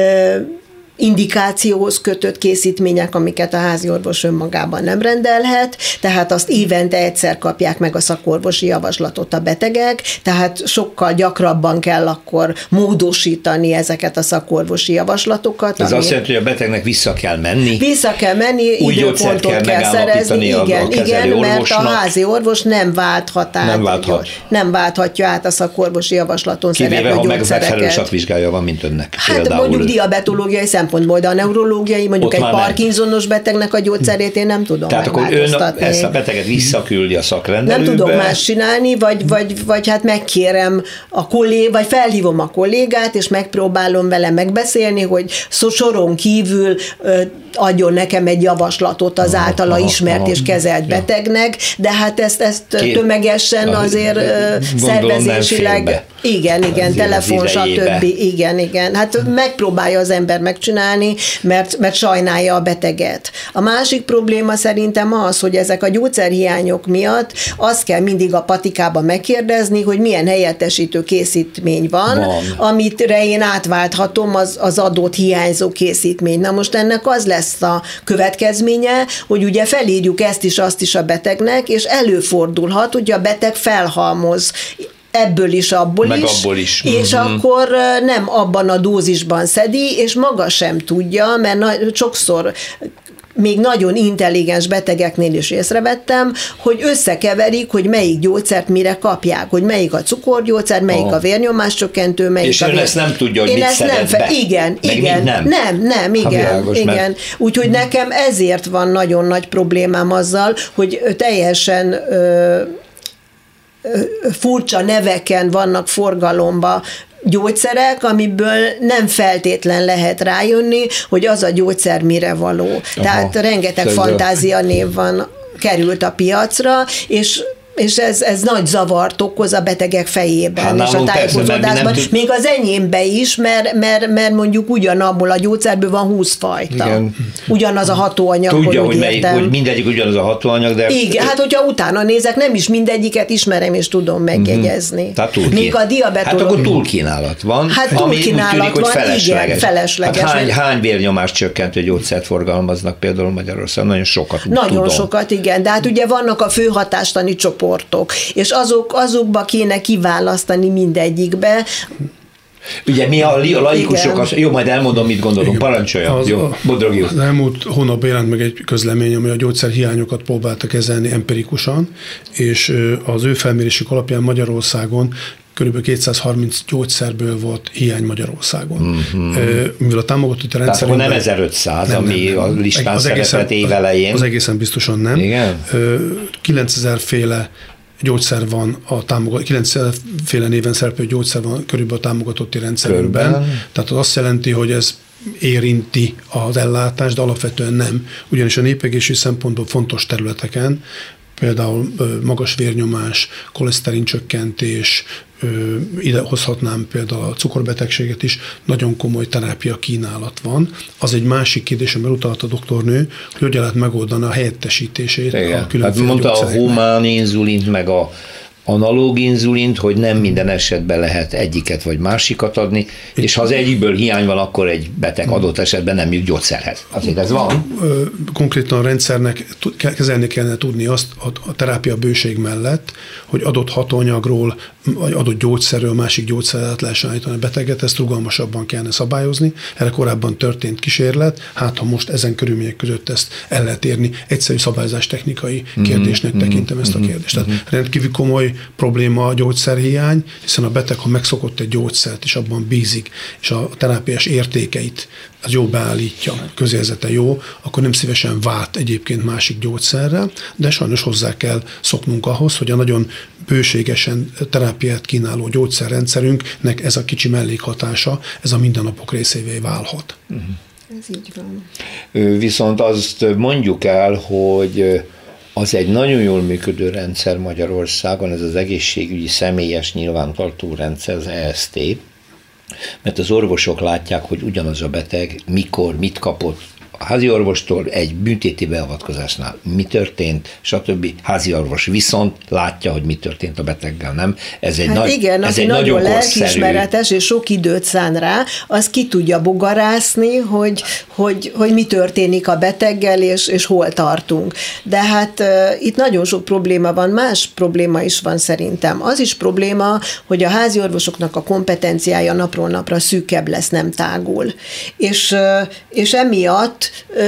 indikációhoz kötött készítmények, amiket a házi orvos önmagában nem rendelhet, tehát azt évente egyszer kapják meg a szakorvosi javaslatot a betegek, tehát sokkal gyakrabban kell akkor módosítani ezeket a szakorvosi javaslatokat. Ez azt jelenti, hogy a betegnek vissza kell menni. Vissza kell menni, időpontot kell, kell szerezni, igen, a igen, mert a házi orvos nem válthat át, nem, válthat. nem válthatja át a szakorvosi javaslaton szereplő gyógyszereket. Kivéve, ha megfelelő szakvizsgája van, mint önnek. Hát például. Mondjuk diabetológiai szempontból, de a neurológiai, mondjuk ott egy parkinsonos nem. betegnek a gyógyszerét én nem tudom Tehát akkor ön ezt a beteget visszaküldi a szakrendelőbe? Nem tudok más csinálni, vagy, vagy, vagy hát megkérem a kollég, vagy felhívom a kollégát, és megpróbálom vele megbeszélni, hogy soron kívül adjon nekem egy javaslatot az általa aha, ismert aha, és kezelt ja. betegnek, de hát ezt, ezt tömegesen azért szervezésileg, igen, igen, telefon, stb. Igen, igen. Hát megpróbálja az ember megcsinálni, mert, mert sajnálja a beteget. A másik probléma szerintem az, hogy ezek a gyógyszerhiányok miatt azt kell mindig a patikában megkérdezni, hogy milyen helyettesítő készítmény van, van. amitre én átválthatom az, az adott hiányzó készítmény. Na most ennek az lesz a következménye, hogy ugye felírjuk ezt is, azt is a betegnek, és előfordulhat, hogy a beteg felhalmoz ebből is, abból Meg is, abból is. és mm-hmm. akkor nem abban a dózisban szedi, és maga sem tudja, mert na, sokszor még nagyon intelligens betegeknél is észrevettem, hogy összekeverik, hogy melyik gyógyszert mire kapják, hogy melyik a cukorgyógyszer, melyik oh. a vérnyomáscsökkentő, melyik és a vér... És ezt nem tudja, hogy én mit ezt nem fe... be. Igen, meg igen. Nem. nem, nem, igen, világos, igen. Mert... Úgyhogy nekem ezért van nagyon nagy problémám azzal, hogy teljesen ö, ö, furcsa neveken vannak forgalomba gyógyszerek, amiből nem feltétlen lehet rájönni, hogy az a gyógyszer mire való. Aha. Tehát rengeteg fantázia név van, került a piacra, és és ez, ez nagy zavart okoz a betegek fejében, hát, és a tájékozódásban, még az enyémbe is, mert, mert, mert mondjuk ugyanabból a gyógyszerből van húsz fajta. Igen. Ugyanaz a hatóanyag, tudja, hogy, melyik, hogy mindegyik ugyanaz a hatóanyag, de... Igen, hát hogyha utána nézek, nem is mindegyiket ismerem, és tudom megjegyezni. Mm-hmm. Tehát még a diabetológus... Hát akkor túlkínálat van, hát túlkínálat ami úgy tűnik, van, hogy felesleges. Igen, felesleges. Hát hány, hány vérnyomás csökkentő gyógyszert forgalmaznak például Magyarországon? Nagyon sokat Nagyon tudom. sokat, igen, de hát ugye vannak a főhatástani csoportok, és azok, azokba kéne kiválasztani mindegyikbe. Ugye mi a laikusok, az, jó, majd elmondom, mit gondolunk, parancsolja. Az, jó, Bodrogi. Az elmúlt hónapban jelent meg egy közlemény, ami a gyógyszerhiányokat próbálta kezelni empirikusan, és az ő felmérésük alapján Magyarországon körülbelül kétszázharminc gyógyszerből volt hiány Magyarországon. Mm-hmm. Mivel a támogatott rendszer... Tehát nem ezerötszáz, nem, ami nem, nem. a listán szerepelt évelején. Az egészen biztosan nem. Igen? kilencezer féle gyógyszer van a támogat, kilencezer féle néven szereplő gyógyszer van körülbelül a támogatotti rendszerünkben. Körben. Tehát az azt jelenti, hogy ez érinti az ellátást, de alapvetően nem. Ugyanis a népegészségügyi szempontból fontos területeken, például magas vérnyomás, koleszterin csökkentés, ide hozhatnám például a cukorbetegséget is, nagyon komoly terápia kínálat van. Az egy másik kérdés, mert utalt a doktornő, hogy hogyan lehet megoldani a helyettesítését. Igen. A különféle hát mondta a humán inzulint, meg a analóg inzulint, hogy nem minden esetben lehet egyiket vagy másikat adni, Itt és ha az egyikből hiány van, akkor egy beteg adott esetben nem jut gyógyszerhez. Azért ez van. Konkrétan a rendszernek kezelni kellene tudni azt a terápia bőség mellett, hogy adott hatóanyagról, vagy adott gyógyszerről, másik gyógyszerrel lehessen állítani a beteget, ezt rugalmasabban kellene szabályozni. Erre korábban történt kísérlet, hát ha most ezen körülmények között ezt el lehet érni, egyszerű szabályozás technikai kérdésnek mm-hmm. tekintem ezt a kérdést. Tehát mm-hmm. rendkívül komoly probléma a gyógyszerhiány, hiszen a beteg, ha megszokott egy gyógyszert, és abban bízik, és a terápiás értékeit az jó beállítja, közérzete jó, akkor nem szívesen vált egyébként másik gyógyszerrel, de sajnos hozzá kell szoknunk ahhoz, hogy a nagyon bőségesen terápiát kínáló gyógyszerrendszerünknek ez a kicsi mellékhatása, ez a mindennapok részévé válhat. Uh-huh. Ez így van. Viszont azt mondjuk el, hogy az egy nagyon jól működő rendszer Magyarországon, ez az egészségügyi személyes nyilvántartó rendszer, az E S T, mert az orvosok látják, hogy ugyanaz a beteg mikor, mit kapott a házi orvostól, egy műtéti beavatkozásnál mi történt, stb. Házi orvos viszont látja, hogy mi történt a beteggel, nem? Ez egy, hát nagy, igen, ez egy nagyon, nagyon lelkiismeretes, és sok időt szán rá, az ki tudja bogarászni, hogy, hogy, hogy mi történik a beteggel, és, és hol tartunk. De hát uh, itt nagyon sok probléma van, más probléma is van szerintem. Az is probléma, hogy a házi orvosoknak a kompetenciája napról napra szűkebb lesz, nem tágul. És, uh, és emiatt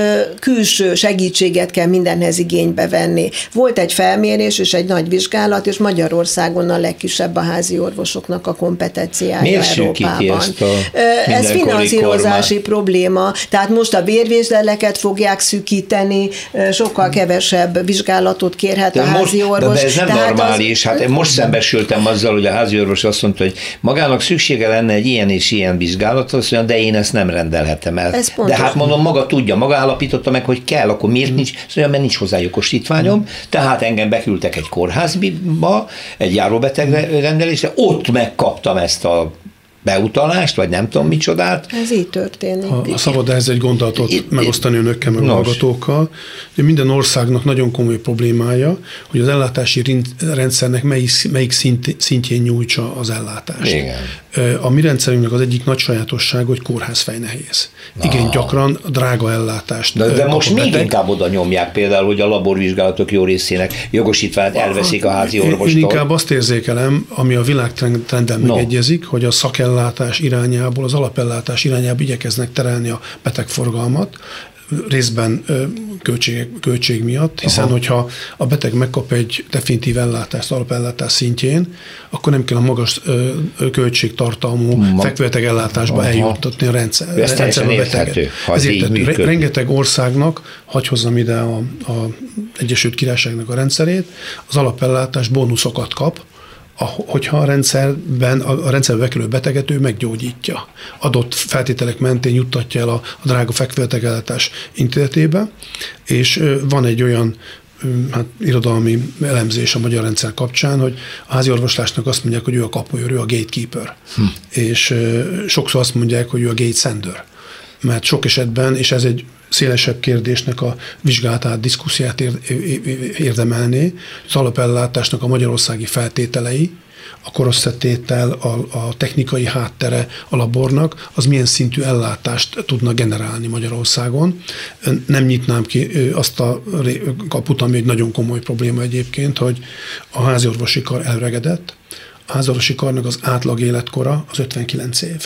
külső segítséget kell mindenhez igénybe venni. Volt egy felmérés és egy nagy vizsgálat, és Magyarországon a legkisebb a házi orvosoknak a kompetenciája Miért Európában. Ez finanszírozási kormány. Probléma. Tehát most a vérvételeket fogják szűkíteni, sokkal kevesebb vizsgálatot kérhet de a házi most, orvos. De ez nem Tehát normális. Az... Hát én most szembesültem azzal, hogy a házi orvos azt mondta, hogy magának szüksége lenne egy ilyen és ilyen vizsgálatot, de én ezt nem rendelhetem el. De hát mondom, maga tudja, maga állapította meg, hogy kell, akkor miért nincs, szóval mert nincs hozzá jogosítványom, tehát engem beküldtek egy kórházba, egy járóbeteg rendelésre, ott megkaptam ezt a beutalást, vagy nem tudom micsodát. Ez így történik. Ha, ha szabad ehhez egy gondolatot it, megosztani önökkel, meg hallgatókkal, hogy minden országnak nagyon komoly problémája, hogy az ellátási rendszernek melyik, melyik szint, szintjén nyújtsa az ellátást. Igen. A mi rendszerünknek az egyik nagy sajátosság, hogy kórházfejnehéz. Igen, gyakran drága ellátást. De, de most még inkább oda nyomják például, hogy a laborvizsgálatok jó részének jogosítványt elveszik a házi orvostól. Én inkább azt érzékelem, ami a világtrenden no. megegyezik, hogy a szakellátás irányából, az alapellátás irányába igyekeznek terelni a betegforgalmat. részben költség, költség miatt, hiszen Aha. hogyha a beteg megkap egy definitív ellátást, alapellátás szintjén, akkor nem kell a magas költségtartalmú Ma... fekvőbeteg ellátásba Aha. eljuttatni a rendszer, Ez rendszerbe a beteget. Ezért rengeteg országnak, hagy hozzam ide a, a Egyesült Királyságnak a rendszerét, az alapellátás bónuszokat kap, hogyha a rendszerben, a rendszerbe bekerülő beteget ő meggyógyítja. Adott feltételek mentén juttatja el a, a drága fekvőbetegellátás intézetébe, és van egy olyan hát, irodalmi elemzés a magyar rendszer kapcsán, hogy a háziorvoslásnak azt mondják, hogy ő a kapuőr, ő a gatekeeper. Hm. És sokszor azt mondják, hogy ő a gate sender. Mert sok esetben, és ez egy szélesebb kérdésnek a vizsgálatát, diszkusziát érdemelné, az alapellátásnak a magyarországi feltételei, a korosztálytétel, a, a technikai háttere a labornak, az milyen szintű ellátást tudna generálni Magyarországon. Nem nyitnám ki azt a kaput, ami egy nagyon komoly probléma egyébként, hogy a háziorvosi kar elöregedett. A háziorvosi karnak az átlag életkora az ötvenkilenc év.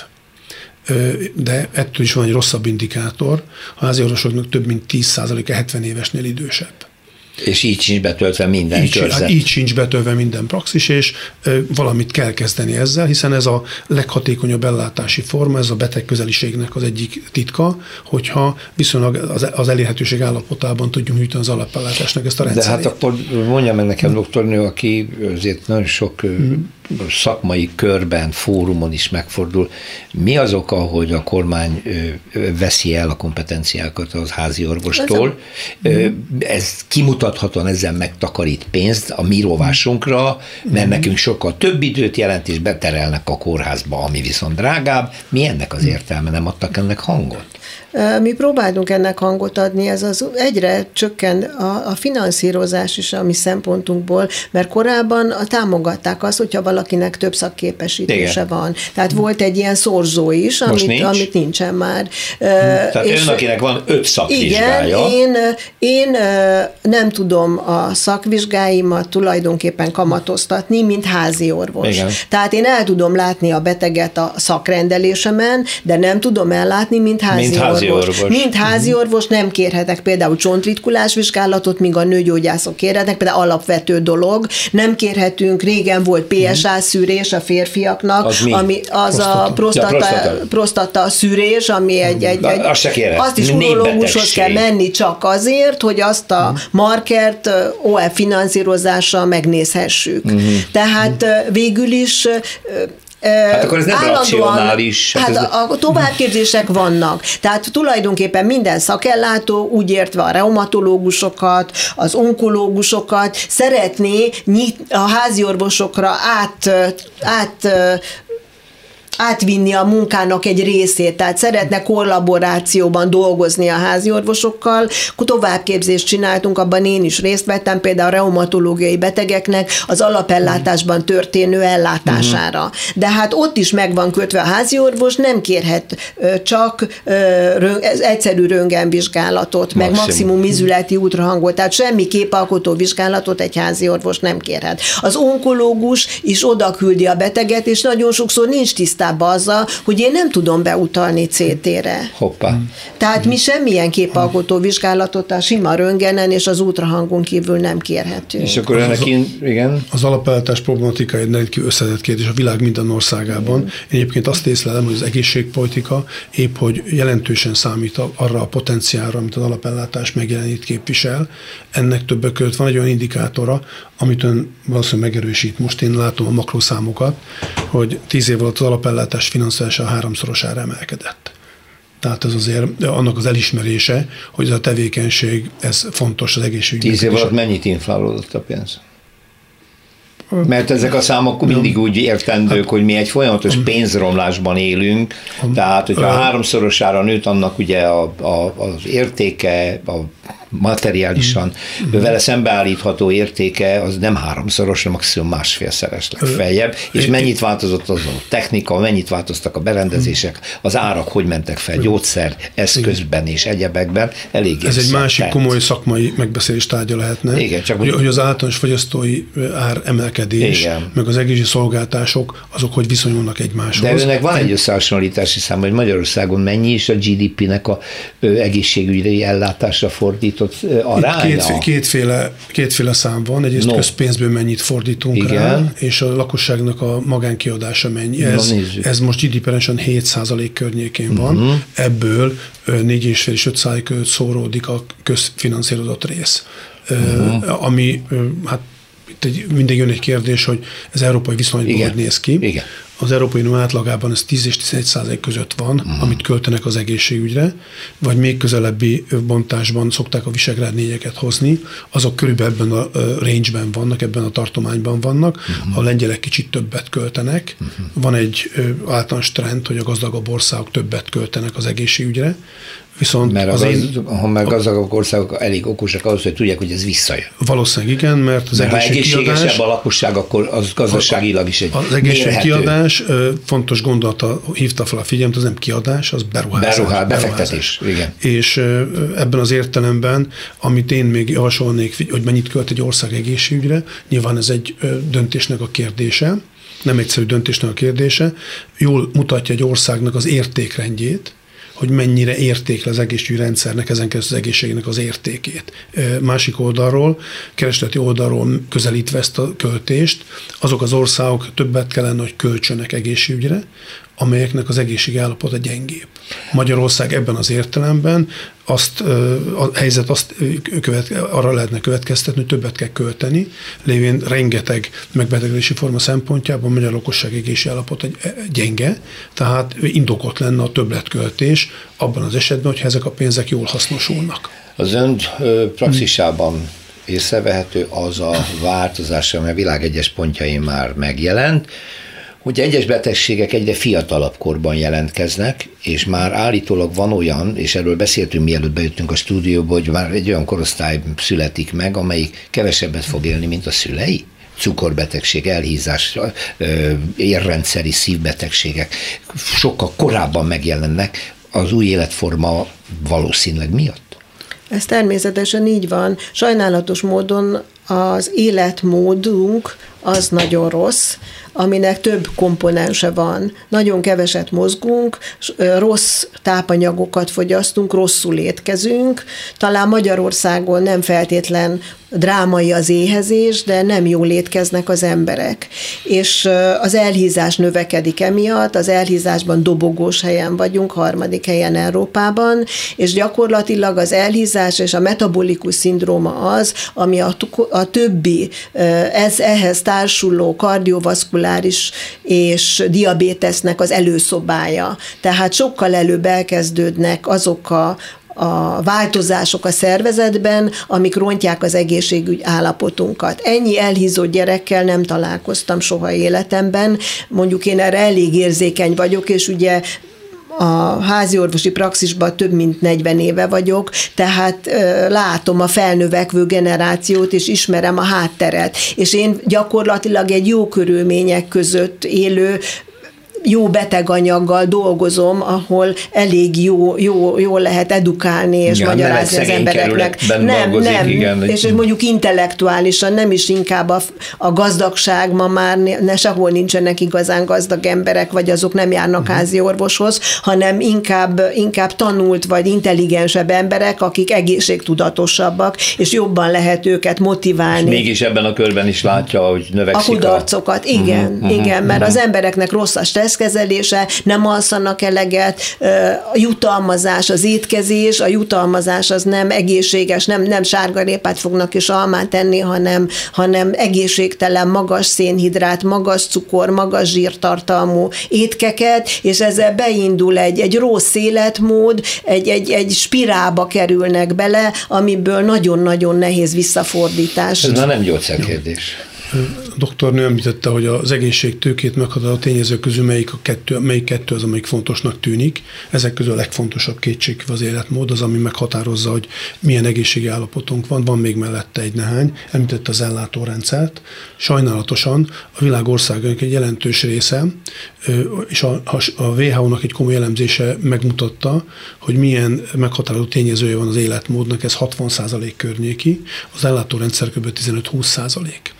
De ettől is van egy rosszabb indikátor, a háziorvosoknak több mint tíz százaléka hetven évesnél idősebb. És így sincs betöltve minden így, körzet. Hát így sincs betöltve minden praxis, és ö, valamit kell kezdeni ezzel, hiszen ez a leghatékonyabb ellátási forma, ez a betegközeliségnek az egyik titka, hogyha viszonylag az, az elérhetőség állapotában tudjunk nyújtani az alapellátásnak ezt a rendszerét. De hát akkor mondja meg nekem, doktornő, aki azért nagyon sok hmm. szakmai körben, fórumon is megfordul, mi az oka, hogy a kormány veszi el a kompetenciákat az házi orvostól? Ez kimutathatóan ezzel megtakarít pénzt a mi rovásunkra, mert nekünk sokkal több időt jelent, és beterelnek a kórházba, ami viszont drágább. Mi ennek az értelme? Nem adtak ennek hangot? Mi próbálunk ennek hangot adni, ez az egyre csökken a, a finanszírozás is a mi szempontunkból, mert korábban a, támogatták azt, hogyha valakinek több szakképesítése Igen. van. Tehát volt egy ilyen szorzó is, amit, nincs. amit nincsen már. Tehát és ön, akinek van öt szakvizsgája. Igen, én, én nem tudom a szakvizsgáimat tulajdonképpen kamatoztatni, mint házi orvos. Igen. Tehát én el tudom látni a beteget a szakrendelésemen, de nem tudom ellátni, mint házi mint orvos. Orvos. Mint házi orvos nem kérhetek például csontritkulás vizsgálatot, míg a nőgyógyászok kérhetnek, például alapvető dolog. Nem kérhetünk, régen volt pé es á szűrés a férfiaknak, az ami az prostata. a prostata, ja, prostata szűrés, ami egy... egy, egy azt, azt is urológushoz kell menni csak azért, hogy azt a uh-huh. markert o ef finanszírozással megnézhessük. Uh-huh. Tehát uh-huh. végül is Hát akkor ez nem racionális. Hát, hát a, a továbbképzések vannak. Tehát tulajdonképpen minden szakellátó, úgy értve a reumatológusokat, az onkológusokat szeretné nyit, a háziorvosokra át, át átvinni a munkának egy részét, tehát szeretne kollaborációban dolgozni a háziorvosokkal. Továbbképzést csináltunk, abban én is részt vettem, például a reumatológiai betegeknek az alapellátásban történő ellátására. De hát ott is meg van kötve a háziorvos, nem kérhet csak egyszerű röntgenvizsgálatot, meg maximum, maximum izületi ultrahangot, tehát semmi képalkotó vizsgálatot egy háziorvos nem kérhet. Az onkológus is oda küldi a beteget, és nagyon sokszor nincs tisztában azzal, hogy én nem tudom beutalni cé té-re. Hoppá. Tehát mi semmilyen képalkotó vizsgálatot a sima röntgenen és az ultrahangon kívül nem kérhetünk. És akkor ennek az, én, igen? Az alapellátás problematika egy rendkívül összetett kérdés a világ minden országában. Én egyébként azt észlelem, hogy az egészségpolitika épp, hogy jelentősen számít arra a potenciálra, amit az alapellátás megjelenít, képvisel. Ennek többek között van egy olyan indikátora, amit ön valószínűleg megerősít. Most én látom a makroszámokat, hogy tíz év alatt az alapellátás finanszírozása háromszorosára emelkedett. Tehát ez azért annak az elismerése, hogy ez a tevékenység, ez fontos az egészségügynek. Tíz év alatt mennyit inflálódott a pénz? Mert ezek a számok mindig úgy értendők, hát, hogy mi egy folyamatos pénzromlásban élünk, tehát hogyha háromszorosára nőtt annak ugye a, a, az értéke, a materiálisan mm. vele szembeállítható értéke, az nem háromszoros, hanem maximum másfélszeres legfeljebb, és mennyit változott az a technika, mennyit változtak a berendezések, az árak hogy mentek fel, gyógyszer, eszközben és egyebekben, eléggé Ez egy másik komoly szakmai megbeszélés tárgya lehetne, Igen, csak hogy, hogy az általános fogyasztói ár emelkedés növekedés, igen. meg az egészségügyi szolgáltatások, azok hogy viszonyulnak egymáshoz. De önnek van egy összehasonlítási szám, hogy Magyarországon mennyi is a gé dé pének a egészségügyi ellátásra fordított aránya? Két, kétféle, kétféle szám van. Egyrészt no. közpénzből mennyit fordítunk igen. rá, és a lakosságnak a magánkiadása mennyi. Ez, ez most gé dé pé-en hét százalék környékén van. Uh-huh. Ebből négy egész öt és öt százalék között szóródik a közfinanszírozott rész. Uh-huh. Ami, hát mindig jön egy kérdés, hogy ez európai viszonyban hogy néz ki. Igen. Az Európai Unió átlagában ez tíz és tizenegy százalék között van, uh-huh. amit költenek az egészségügyre, vagy még közelebbi bontásban szokták a Visegrád négyeket hozni, azok körülbelül ebben a range-ben vannak, ebben a tartományban vannak, uh-huh. a lengyelek kicsit többet költenek, uh-huh. van egy általános trend, hogy a gazdagabb országok többet költenek az egészségügyre, viszont mert az az én, ha már gazdagabb országok elég okosak ahhoz, hogy tudják, hogy ez visszajön. Valószínűleg igen, mert az mert egészségkiadás... Ha egészségesebb a lakosság, akkor az gazdaságilag is egy az egészségkiadás, fontos gondolata hívta fel a figyelmet, az nem kiadás, az beruházás. Beruhá, befektetés, igen. És ebben az értelemben, amit én még javasolnék, hogy mennyit költ egy ország egészségügyre, nyilván ez egy döntésnek a kérdése, nem egyszerű döntésnek a kérdése, jól mutatja egy országnak az értékrendjét, hogy mennyire értékel az egészségügyi rendszernek, ezen keresztül az egészségnek az értékét. Másik oldalról, keresleti oldalról közelítve ezt a költést, azok az országok többet kellene, hogy költsenek egészségügyre, amelyeknek az egészségi állapota gyengébb. Magyarország ebben az értelemben azt, a helyzet azt követ, arra lehetne következtetni, hogy többet kell költeni, lévén rengeteg megbetegedési forma szempontjában a magyar lakosság egészségi állapota gyenge, tehát indokolt lenne a többletköltés abban az esetben, hogyha ezek a pénzek jól hasznosulnak. Az ön praxisában észrevehető az a változás, ami a világ egyes pontjain már megjelent, hogy egyes betegségek egyre fiatalabb korban jelentkeznek, és már állítólag van olyan, és erről beszéltünk mielőtt bejöttünk a stúdióba, hogy már egy olyan korosztály születik meg, amelyik kevesebbet fog élni, mint a szülei. Cukorbetegség, elhízás, érrendszeri szívbetegségek sokkal korábban megjelennek az új életforma valószínűleg miatt. Ez természetesen így van. Sajnálatos módon az életmódunk az nagyon rossz, aminek több komponense van. Nagyon keveset mozgunk, rossz tápanyagokat fogyasztunk, rosszul étkezünk. Talán Magyarországon nem feltétlen drámai az éhezés, de nem jól étkeznek az emberek. És az elhízás növekedik emiatt, az elhízásban dobogós helyen vagyunk, harmadik helyen Európában, és gyakorlatilag az elhízás és a metabolikus szindróma az, ami a, a többi ez, ehhez társuló kardiovaszkuláris és diabétesznek az előszobája. Tehát sokkal előbb elkezdődnek azok a a változások a szervezetben, amik rontják az egészségügy állapotunkat. Ennyi elhízott gyerekkel nem találkoztam soha életemben, mondjuk én erre elég érzékeny vagyok, és ugye a háziorvosi praxisban több mint negyven éve vagyok, tehát ö, látom a felnövekvő generációt, és ismerem a hátteret. És én gyakorlatilag egy jó körülmények között élő jó beteganyaggal dolgozom, ahol elég jó, jó, jól lehet edukálni és igen, magyarázni az embereknek. Nem, nem, igen, és mondjuk intellektuálisan nem is inkább a, a gazdagság, ma már ne, sehol nincsenek igazán gazdag emberek, vagy azok nem járnak uh-huh. házi orvoshoz, hanem inkább, inkább tanult vagy intelligensebb emberek, akik egészségtudatosabbak, és jobban lehet őket motiválni. És mégis ebben a körben is látja, hogy növekszik a kudarcokat. A... Igen, uh-huh, igen, uh-huh. mert az embereknek rossz a stressz kezelése, nem alszanak eleget, a jutalmazás, az étkezés, a jutalmazás az nem egészséges, nem, nem sárgarépát fognak és almát enni, hanem, hanem egészségtelen, magas szénhidrát, magas cukor, magas zsírtartalmú étkeket, és ezzel beindul egy, egy rossz életmód, egy, egy, egy spirálba kerülnek bele, amiből nagyon-nagyon nehéz visszafordítás. Ez már nem gyógyszerkérdés. A doktornő említette, hogy az egészségtőkét meghatározó tényezők közül melyik, a kettő, melyik kettő az, amelyik fontosnak tűnik. Ezek közül a legfontosabb kétségkívül az életmód, az, ami meghatározza, hogy milyen egészségi állapotunk van. Van még mellette egy nehány. Említette az ellátórendszert. Sajnálatosan a világ országainak egy jelentős része, és a, a dupla vé há ó-nak egy komoly elemzése megmutatta, hogy milyen meghatározó tényezője van az életmódnak, ez hatvan százalék környéki, az ellátórendszer kb. tizenöt-húsz százalék.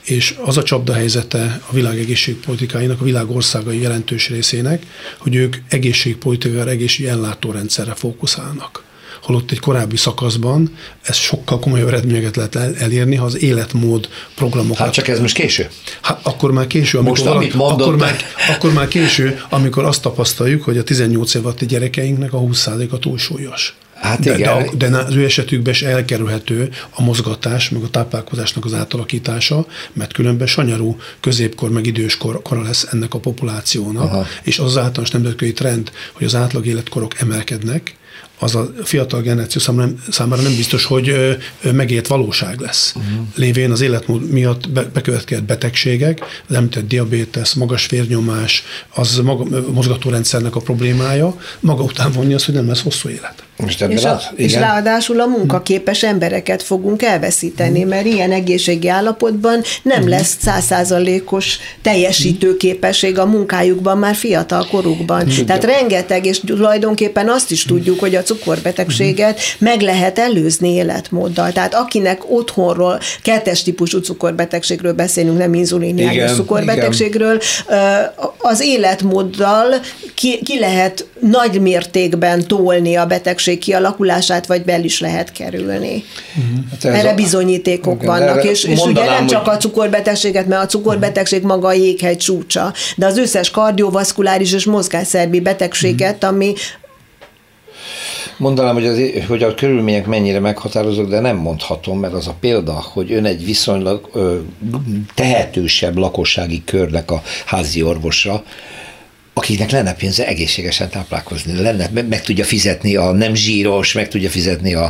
És az a csapdahelyzete a világ egészségpolitikáinak, a világ országai jelentős részének, hogy ők egészségpolitikára, egészségügyi ellátórendszerre fókuszálnak. Holott egy korábbi szakaszban ez sokkal komolyabb eredményeket lehet elérni, ha az életmód programokat... Hát csak ez most késő? Hát akkor már késő, amikor, most, amit mondott, akkor, már, akkor már késő, amikor azt tapasztaljuk, hogy a tizennyolc év alatti gyerekeinknek a húsz százaléka túlsúlyos. Hát de, igen. De, de az ő esetükben is elkerülhető a mozgatás, meg a táplálkozásnak az átalakítása, mert különben sanyarú középkor, meg időskor kora lesz ennek a populációnak, aha. És az, az általános nemzetközi trend, hogy az átlag életkorok emelkednek, az a fiatal generáció számára nem, számára nem biztos, hogy megélt valóság lesz. Uh-huh. Lévén az életmód miatt be, bekövetkezett betegségek, az említett diabétesz, magas vérnyomás, az maga, mozgatórendszernek a problémája, maga után vonja azt, hogy nem lesz hosszú élet. És, a, és ráadásul a munkaképes embereket fogunk elveszíteni, mert ilyen egészségi állapotban nem lesz száz százalékos teljesítőképesség a munkájukban már fiatal korukban. Tehát rengeteg, és tulajdonképpen azt is tudjuk, hogy a cukorbetegséget meg lehet előzni életmóddal. Tehát akinek otthonról, kettes típusú cukorbetegségről beszélünk, nem inzulinhiányos cukorbetegségről, az életmóddal ki, ki lehet nagy mértékben tolni a betegség kialakulását, vagy be is lehet kerülni. Hát erre a, bizonyítékok igen, vannak, erre és, és ugye nem csak a cukorbetegséget, mert a cukorbetegség maga a jéghegy csúcsa, de az összes kardiovaszkuláris és mozgásszervi betegséget, ami Mondanám, hogy, az, hogy a körülmények mennyire meghatározók, de nem mondhatom, mert az a példa, hogy ön egy viszonylag ö, tehetősebb lakossági körnek a házi orvosra, akiknek lenne pénze egészségesen táplálkozni, lenne, meg, meg tudja fizetni a nem zsíros, meg tudja fizetni a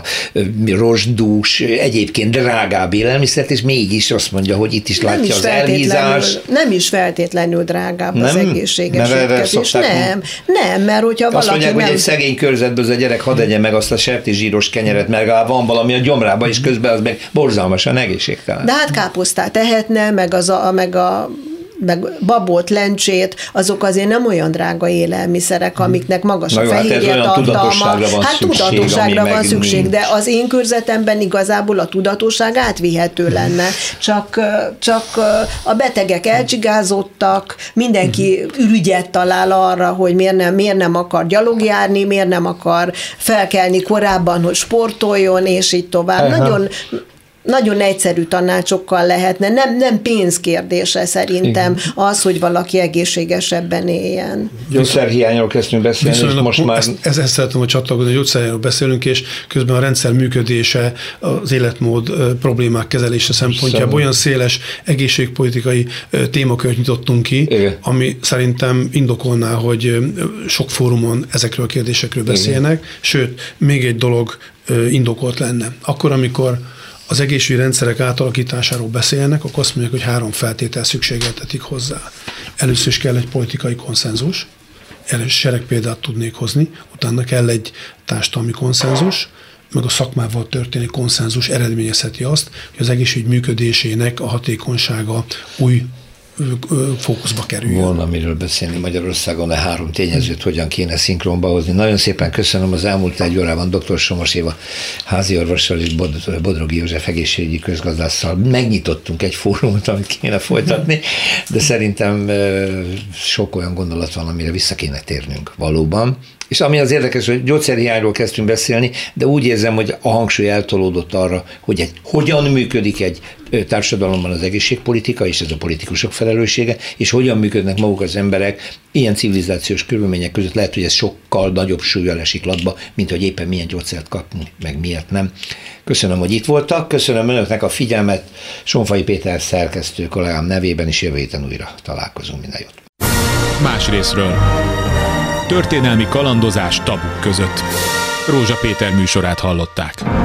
rozsdús, egyébként drágább élelmiszert, és mégis azt mondja, hogy itt is nem látja is az elhízás. Nem is feltétlenül drágább nem, az egészséges étkezés. Nem, nem, mert hogyha azt valaki mondják, nem... hogy egy szegény körzetből az a gyerek hadd egye meg azt a sertészsíros kenyeret, mert van valami a gyomrába, és közben az meg borzalmasan egészségtelen. De hát káposztát ehetne, meg, az a, meg a meg babot, lencsét, azok azért nem olyan drága élelmiszerek, amiknek magas a fehérje hát tartalma. Van hát szükség, tudatosságra van szükség, nincs. de az én körzetemben igazából a tudatosság átvihető lenne. Csak, csak a betegek elcsigázottak, mindenki ürügyet talál arra, hogy miért nem, miért nem akar gyalogjárni, miért nem akar felkelni korábban, hogy sportoljon, és így tovább. Aha. Nagyon Nagyon egyszerű tanácsokkal lehetne, nem, nem pénzkérdése szerintem igen. az, hogy valaki egészségesebben éljen. Gyógyszerhiányról kezdtünk beszélni, és most már... Ezt, ezt szeretném, hogy csatlakozni, hogy gyógyszerhiányról beszélünk, és közben a rendszer működése, az életmód problémák kezelése szempontjából olyan széles egészségpolitikai témakört nyitottunk ki, igen. ami szerintem indokolná, hogy sok fórumon ezekről a kérdésekről beszélnek, igen. sőt, még egy dolog indokolt lenne. Akkor, amikor az egészségügyi rendszerek átalakításáról beszélnek, akkor azt mondják, hogy három feltétel szükségeltetik hozzá. Először is kell egy politikai konszenzus, erre sereg példát tudnék hozni, utána kell egy társadalmi konszenzus, meg a szakmával történő konszenzus eredményezheti azt, hogy az egészségügy működésének a hatékonysága új fókuszba kerüljön. Volna miről beszélni Magyarországon, a három tényezőt hogyan kéne szinkronba hozni. Nagyon szépen köszönöm, az elmúlt egy órában dr. Somos Éva háziorvossal és Bodrogi József egészségügyi közgazdásszal megnyitottunk egy fórumot, amit kéne folytatni, de szerintem sok olyan gondolat van, amire vissza kéne térnünk valóban. És ami az érdekes, hogy gyógyszerhiányról kezdtünk beszélni, de úgy érzem, hogy a hangsúly eltolódott arra, hogy egy, hogyan működik egy társadalomban az egészségpolitika, és ez a politikusok felelőssége, és hogyan működnek maguk az emberek ilyen civilizációs körülmények között. Lehet, hogy ez sokkal nagyobb súllyal esik latba, mint hogy éppen milyen gyógyszert kapni, meg miért nem. Köszönöm, hogy itt voltak, köszönöm önöknek a figyelmet, Sonfai Péter szerkesztő kollégám nevében is jövő héten újra találkozunk, minden jót. Más részről. Történelmi kalandozás tabuk között. Rózsa Péter műsorát hallották.